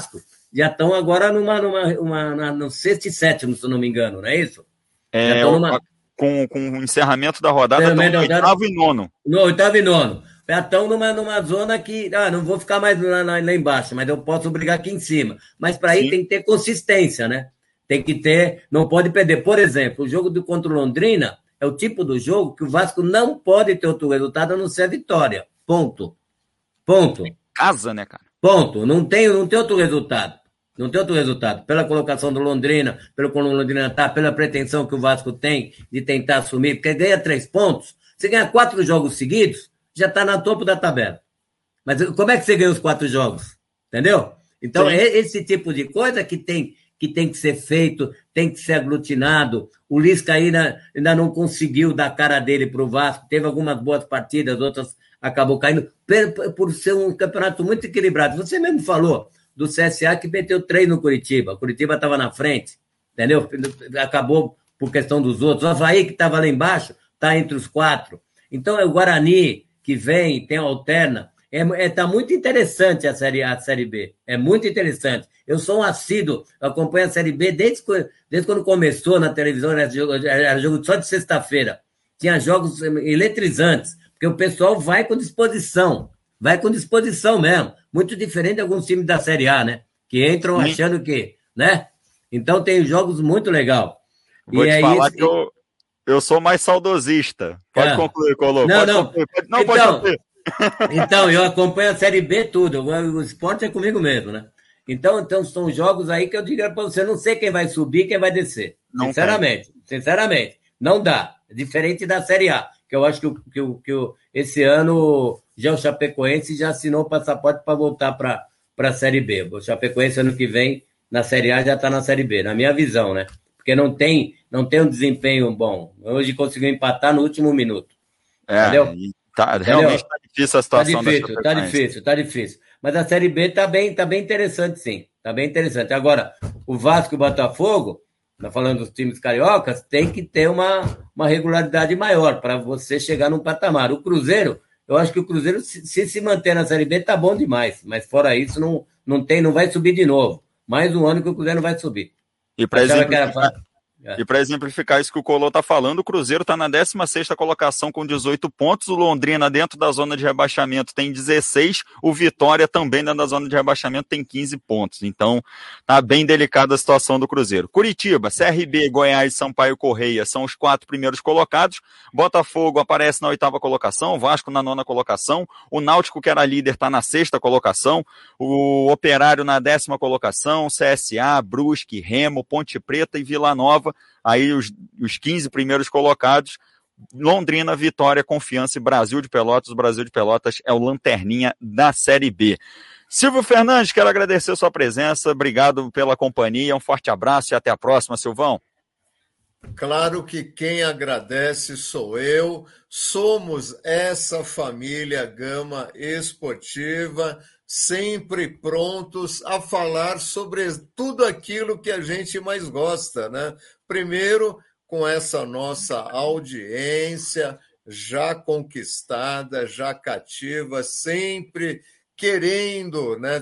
já estão agora numa, numa, uma, no sexto e sétimo, se eu não me engano, não é isso? É, numa... com, com o encerramento da rodada, estão no oitavo e nono. No oitavo e nono. Já estão numa, numa zona que, ah, não vou ficar mais lá, lá embaixo, mas eu posso brigar aqui em cima. Mas para aí tem que ter consistência, né? Tem que ter, não pode perder. Por exemplo, o jogo do contra o Londrina é o tipo do jogo que o Vasco não pode ter outro resultado a não ser a vitória. Ponto. Ponto. Em casa, né, cara? Ponto. Não tem, não tem outro resultado. Não tem outro resultado. Pela colocação do Londrina, pelo como o Londrina está, pela pretensão que o Vasco tem de tentar assumir, porque ganha três pontos, você ganha quatro jogos seguidos, já está na topo da tabela. Mas como é que você ganha os quatro jogos? Entendeu? Então, Sim. é esse tipo de coisa que tem, que tem que ser feito, tem que ser aglutinado. O Lisca ainda, ainda não conseguiu dar a cara dele para o Vasco, teve algumas boas partidas, outras acabou caindo, por, por ser um campeonato muito equilibrado. Você mesmo falou do C S A que meteu três no Curitiba. O Curitiba estava na frente, entendeu? Acabou por questão dos outros. O Avaí, que estava lá embaixo, está entre os quatro. Então, é o Guarani, que vem, tem a alterna. É, é, tá muito interessante a série A, a Série B. É muito interessante. Eu sou um assíduo, eu acompanho a Série B desde, desde quando começou na televisão, era jogo, era jogo só de sexta-feira. Tinha jogos eletrizantes, porque o pessoal vai com disposição. Vai com disposição mesmo. Muito diferente de alguns times da Série A, né? Que entram Sim. achando que, né? Então tem jogos muito legais. Vou e te falar isso, que eu, eu sou mais saudosista. Pode é. concluir, Colô. Não, pode não. Concluir. Não, então, pode concluir. Então, eu acompanho a Série B tudo. O esporte é comigo mesmo, né? Então, então são jogos aí que eu digo para você, não sei quem vai subir, quem vai descer. Não sinceramente. Tem. Sinceramente. Não dá. É diferente da Série A, que eu acho que, que, que, que esse ano já o Chapecoense já assinou o passaporte para voltar para a Série B. O Chapecoense ano que vem, na Série A, já está na Série B, na minha visão, né? Porque não tem, não tem um desempenho bom. Hoje conseguiu empatar no último minuto. É, entendeu? Tá, realmente está difícil a situação. Tá difícil, tá difícil, tá difícil. Mas a Série B tá bem, tá bem interessante, sim. Tá bem interessante. Agora, o Vasco e o Botafogo, tá falando dos times cariocas, tem que ter uma, uma regularidade maior para você chegar num patamar. O Cruzeiro, eu acho que o Cruzeiro, se se, se manter na Série B, tá bom demais. Mas fora isso, não, não, tem, não vai subir de novo. Mais um ano que o Cruzeiro não vai subir. E para exemplificar, é. E exemplificar isso que o Colô está falando, o Cruzeiro está na décima sexta colocação com dezoito pontos, o Londrina dentro da zona de rebaixamento tem dezesseis, o Vitória também dentro da zona de rebaixamento tem quinze pontos. Então, tá bem delicada a situação do Cruzeiro. Curitiba, C R B, Goiás, Sampaio Correia são os quatro primeiros colocados. Botafogo aparece na oitava colocação, Vasco na nona colocação, o Náutico, que era líder, está na sexta colocação, o Operário na décima colocação, C S A, Brusque, Remo, Ponte Preta e Vila Nova. Aí os, os quinze primeiros colocados, Londrina, Vitória, Confiança e Brasil de Pelotas. O Brasil de Pelotas é o lanterninha da Série B. Silvio Fernandes, quero agradecer a sua presença, obrigado pela companhia, um forte abraço e até a próxima, Silvão. Claro que quem agradece sou eu, somos essa família Gama Esportiva, sempre prontos a falar sobre tudo aquilo que a gente mais gosta, né? Primeiro, com essa nossa audiência já conquistada, já cativa, sempre querendo, né,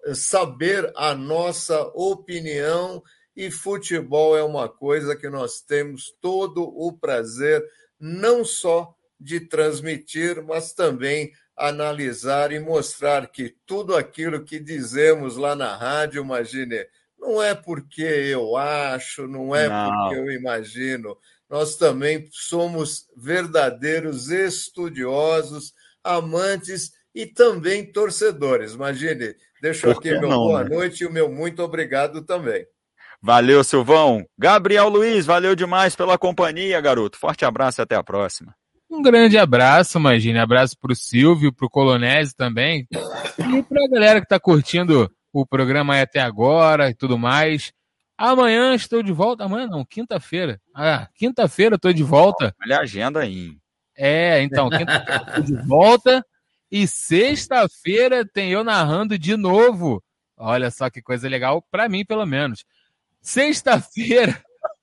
saber a nossa opinião, e futebol é uma coisa que nós temos todo o prazer não só de transmitir, mas também analisar e mostrar que tudo aquilo que dizemos lá na rádio, imagine, não é porque eu acho, não é não. porque eu imagino. Nós também somos verdadeiros estudiosos, amantes e também torcedores. Imagine, deixo aqui meu não, boa né? noite e o meu muito obrigado também. Valeu, Silvão. Gabriel Luiz, valeu demais pela companhia, garoto. Forte abraço e até a próxima. Um grande abraço, imagine. Abraço pro Silvio, pro Colonese também. E pra galera que tá curtindo o programa aí até agora e tudo mais. Amanhã estou de volta. Amanhã não, quinta-feira. Ah, quinta-feira estou de volta. Olha a agenda aí. É, então, quinta-feira estou de volta. E sexta-feira tem eu narrando de novo. Olha só que coisa legal, pra mim pelo menos. Sexta-feira,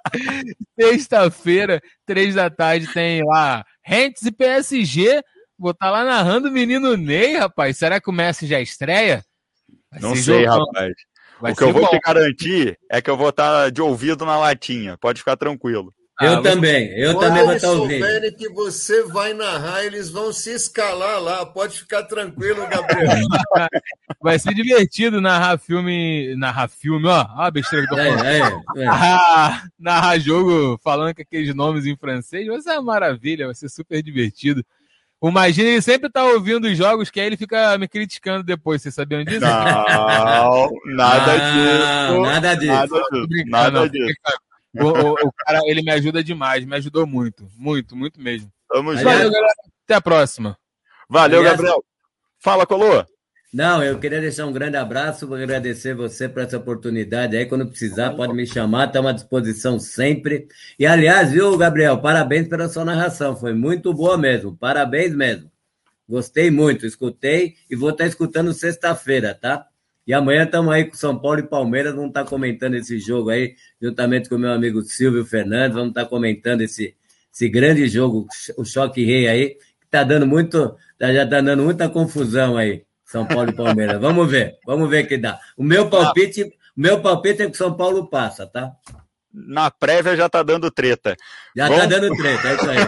sexta-feira, três da tarde, tem lá Rentes e P S G. Vou estar lá narrando o menino Ney, rapaz. Será que o Messi já estreia? Vai Não sei, jogão. rapaz. Vai o que eu vou bom. te garantir é que eu vou estar de ouvido na latinha. Pode ficar tranquilo. Eu ah, também, eu Quando também vou estar ouvindo. Quando eles souberem que você vai narrar, eles vão se escalar lá. Pode ficar tranquilo, Gabriel. Vai ser divertido narrar filme, narrar filme, ó, ó a besteira que eu tô falando. É, é, é. Narrar, narrar jogo falando com aqueles nomes em francês, vai ser uma maravilha, vai ser super divertido. O Magini, ele sempre tá ouvindo os jogos que aí ele fica me criticando depois, vocês sabiam disso? Não, nada ah, disso. Nada disso. Nada disso. Nada não, disso. O, o, o cara, ele me ajuda demais, me ajudou muito, muito, muito mesmo. Tamo junto. Valeu, galera. Até a próxima. Valeu, Aliás, Gabriel. Fala, Colô. Não, eu queria deixar um grande abraço, vou agradecer você por essa oportunidade aí, quando precisar pode me chamar, estamos à disposição sempre. E, aliás, viu, Gabriel, parabéns pela sua narração, foi muito boa mesmo, parabéns mesmo. Gostei muito, escutei e vou estar escutando sexta-feira, tá? E amanhã estamos aí com São Paulo e Palmeiras, vamos estar comentando esse jogo aí, juntamente com o meu amigo Silvio Fernandes, vamos estar comentando esse, esse grande jogo, o Choque Rei aí, que está dando muito, já está dando muita confusão aí, São Paulo e Palmeiras. Vamos ver, vamos ver o que dá. O meu palpite, o meu palpite é que o São Paulo passa, tá? Na prévia já está dando treta. Já está dando treta, é isso aí.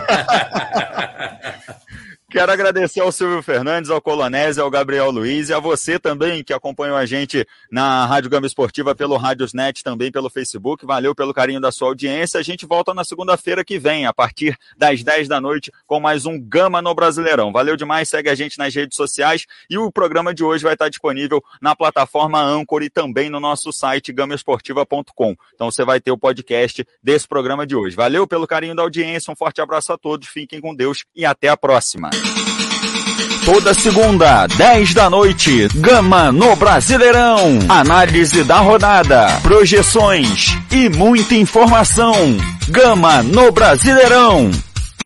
Quero agradecer ao Silvio Fernandes, ao Colonese, ao Gabriel Luiz e a você também que acompanhou a gente na Rádio Gama Esportiva pelo Radiosnet, também pelo Facebook. Valeu pelo carinho da sua audiência. A gente volta na segunda-feira que vem, a partir das dez da noite, com mais um Gama no Brasileirão. Valeu demais, segue a gente nas redes sociais e o programa de hoje vai estar disponível na plataforma Anchor e também no nosso site gama esportiva ponto com. Então você vai ter o podcast desse programa de hoje. Valeu pelo carinho da audiência, um forte abraço a todos, fiquem com Deus e até a próxima. Toda segunda, dez da noite, Gama no Brasileirão. Análise da rodada, projeções e muita informação. Gama no Brasileirão.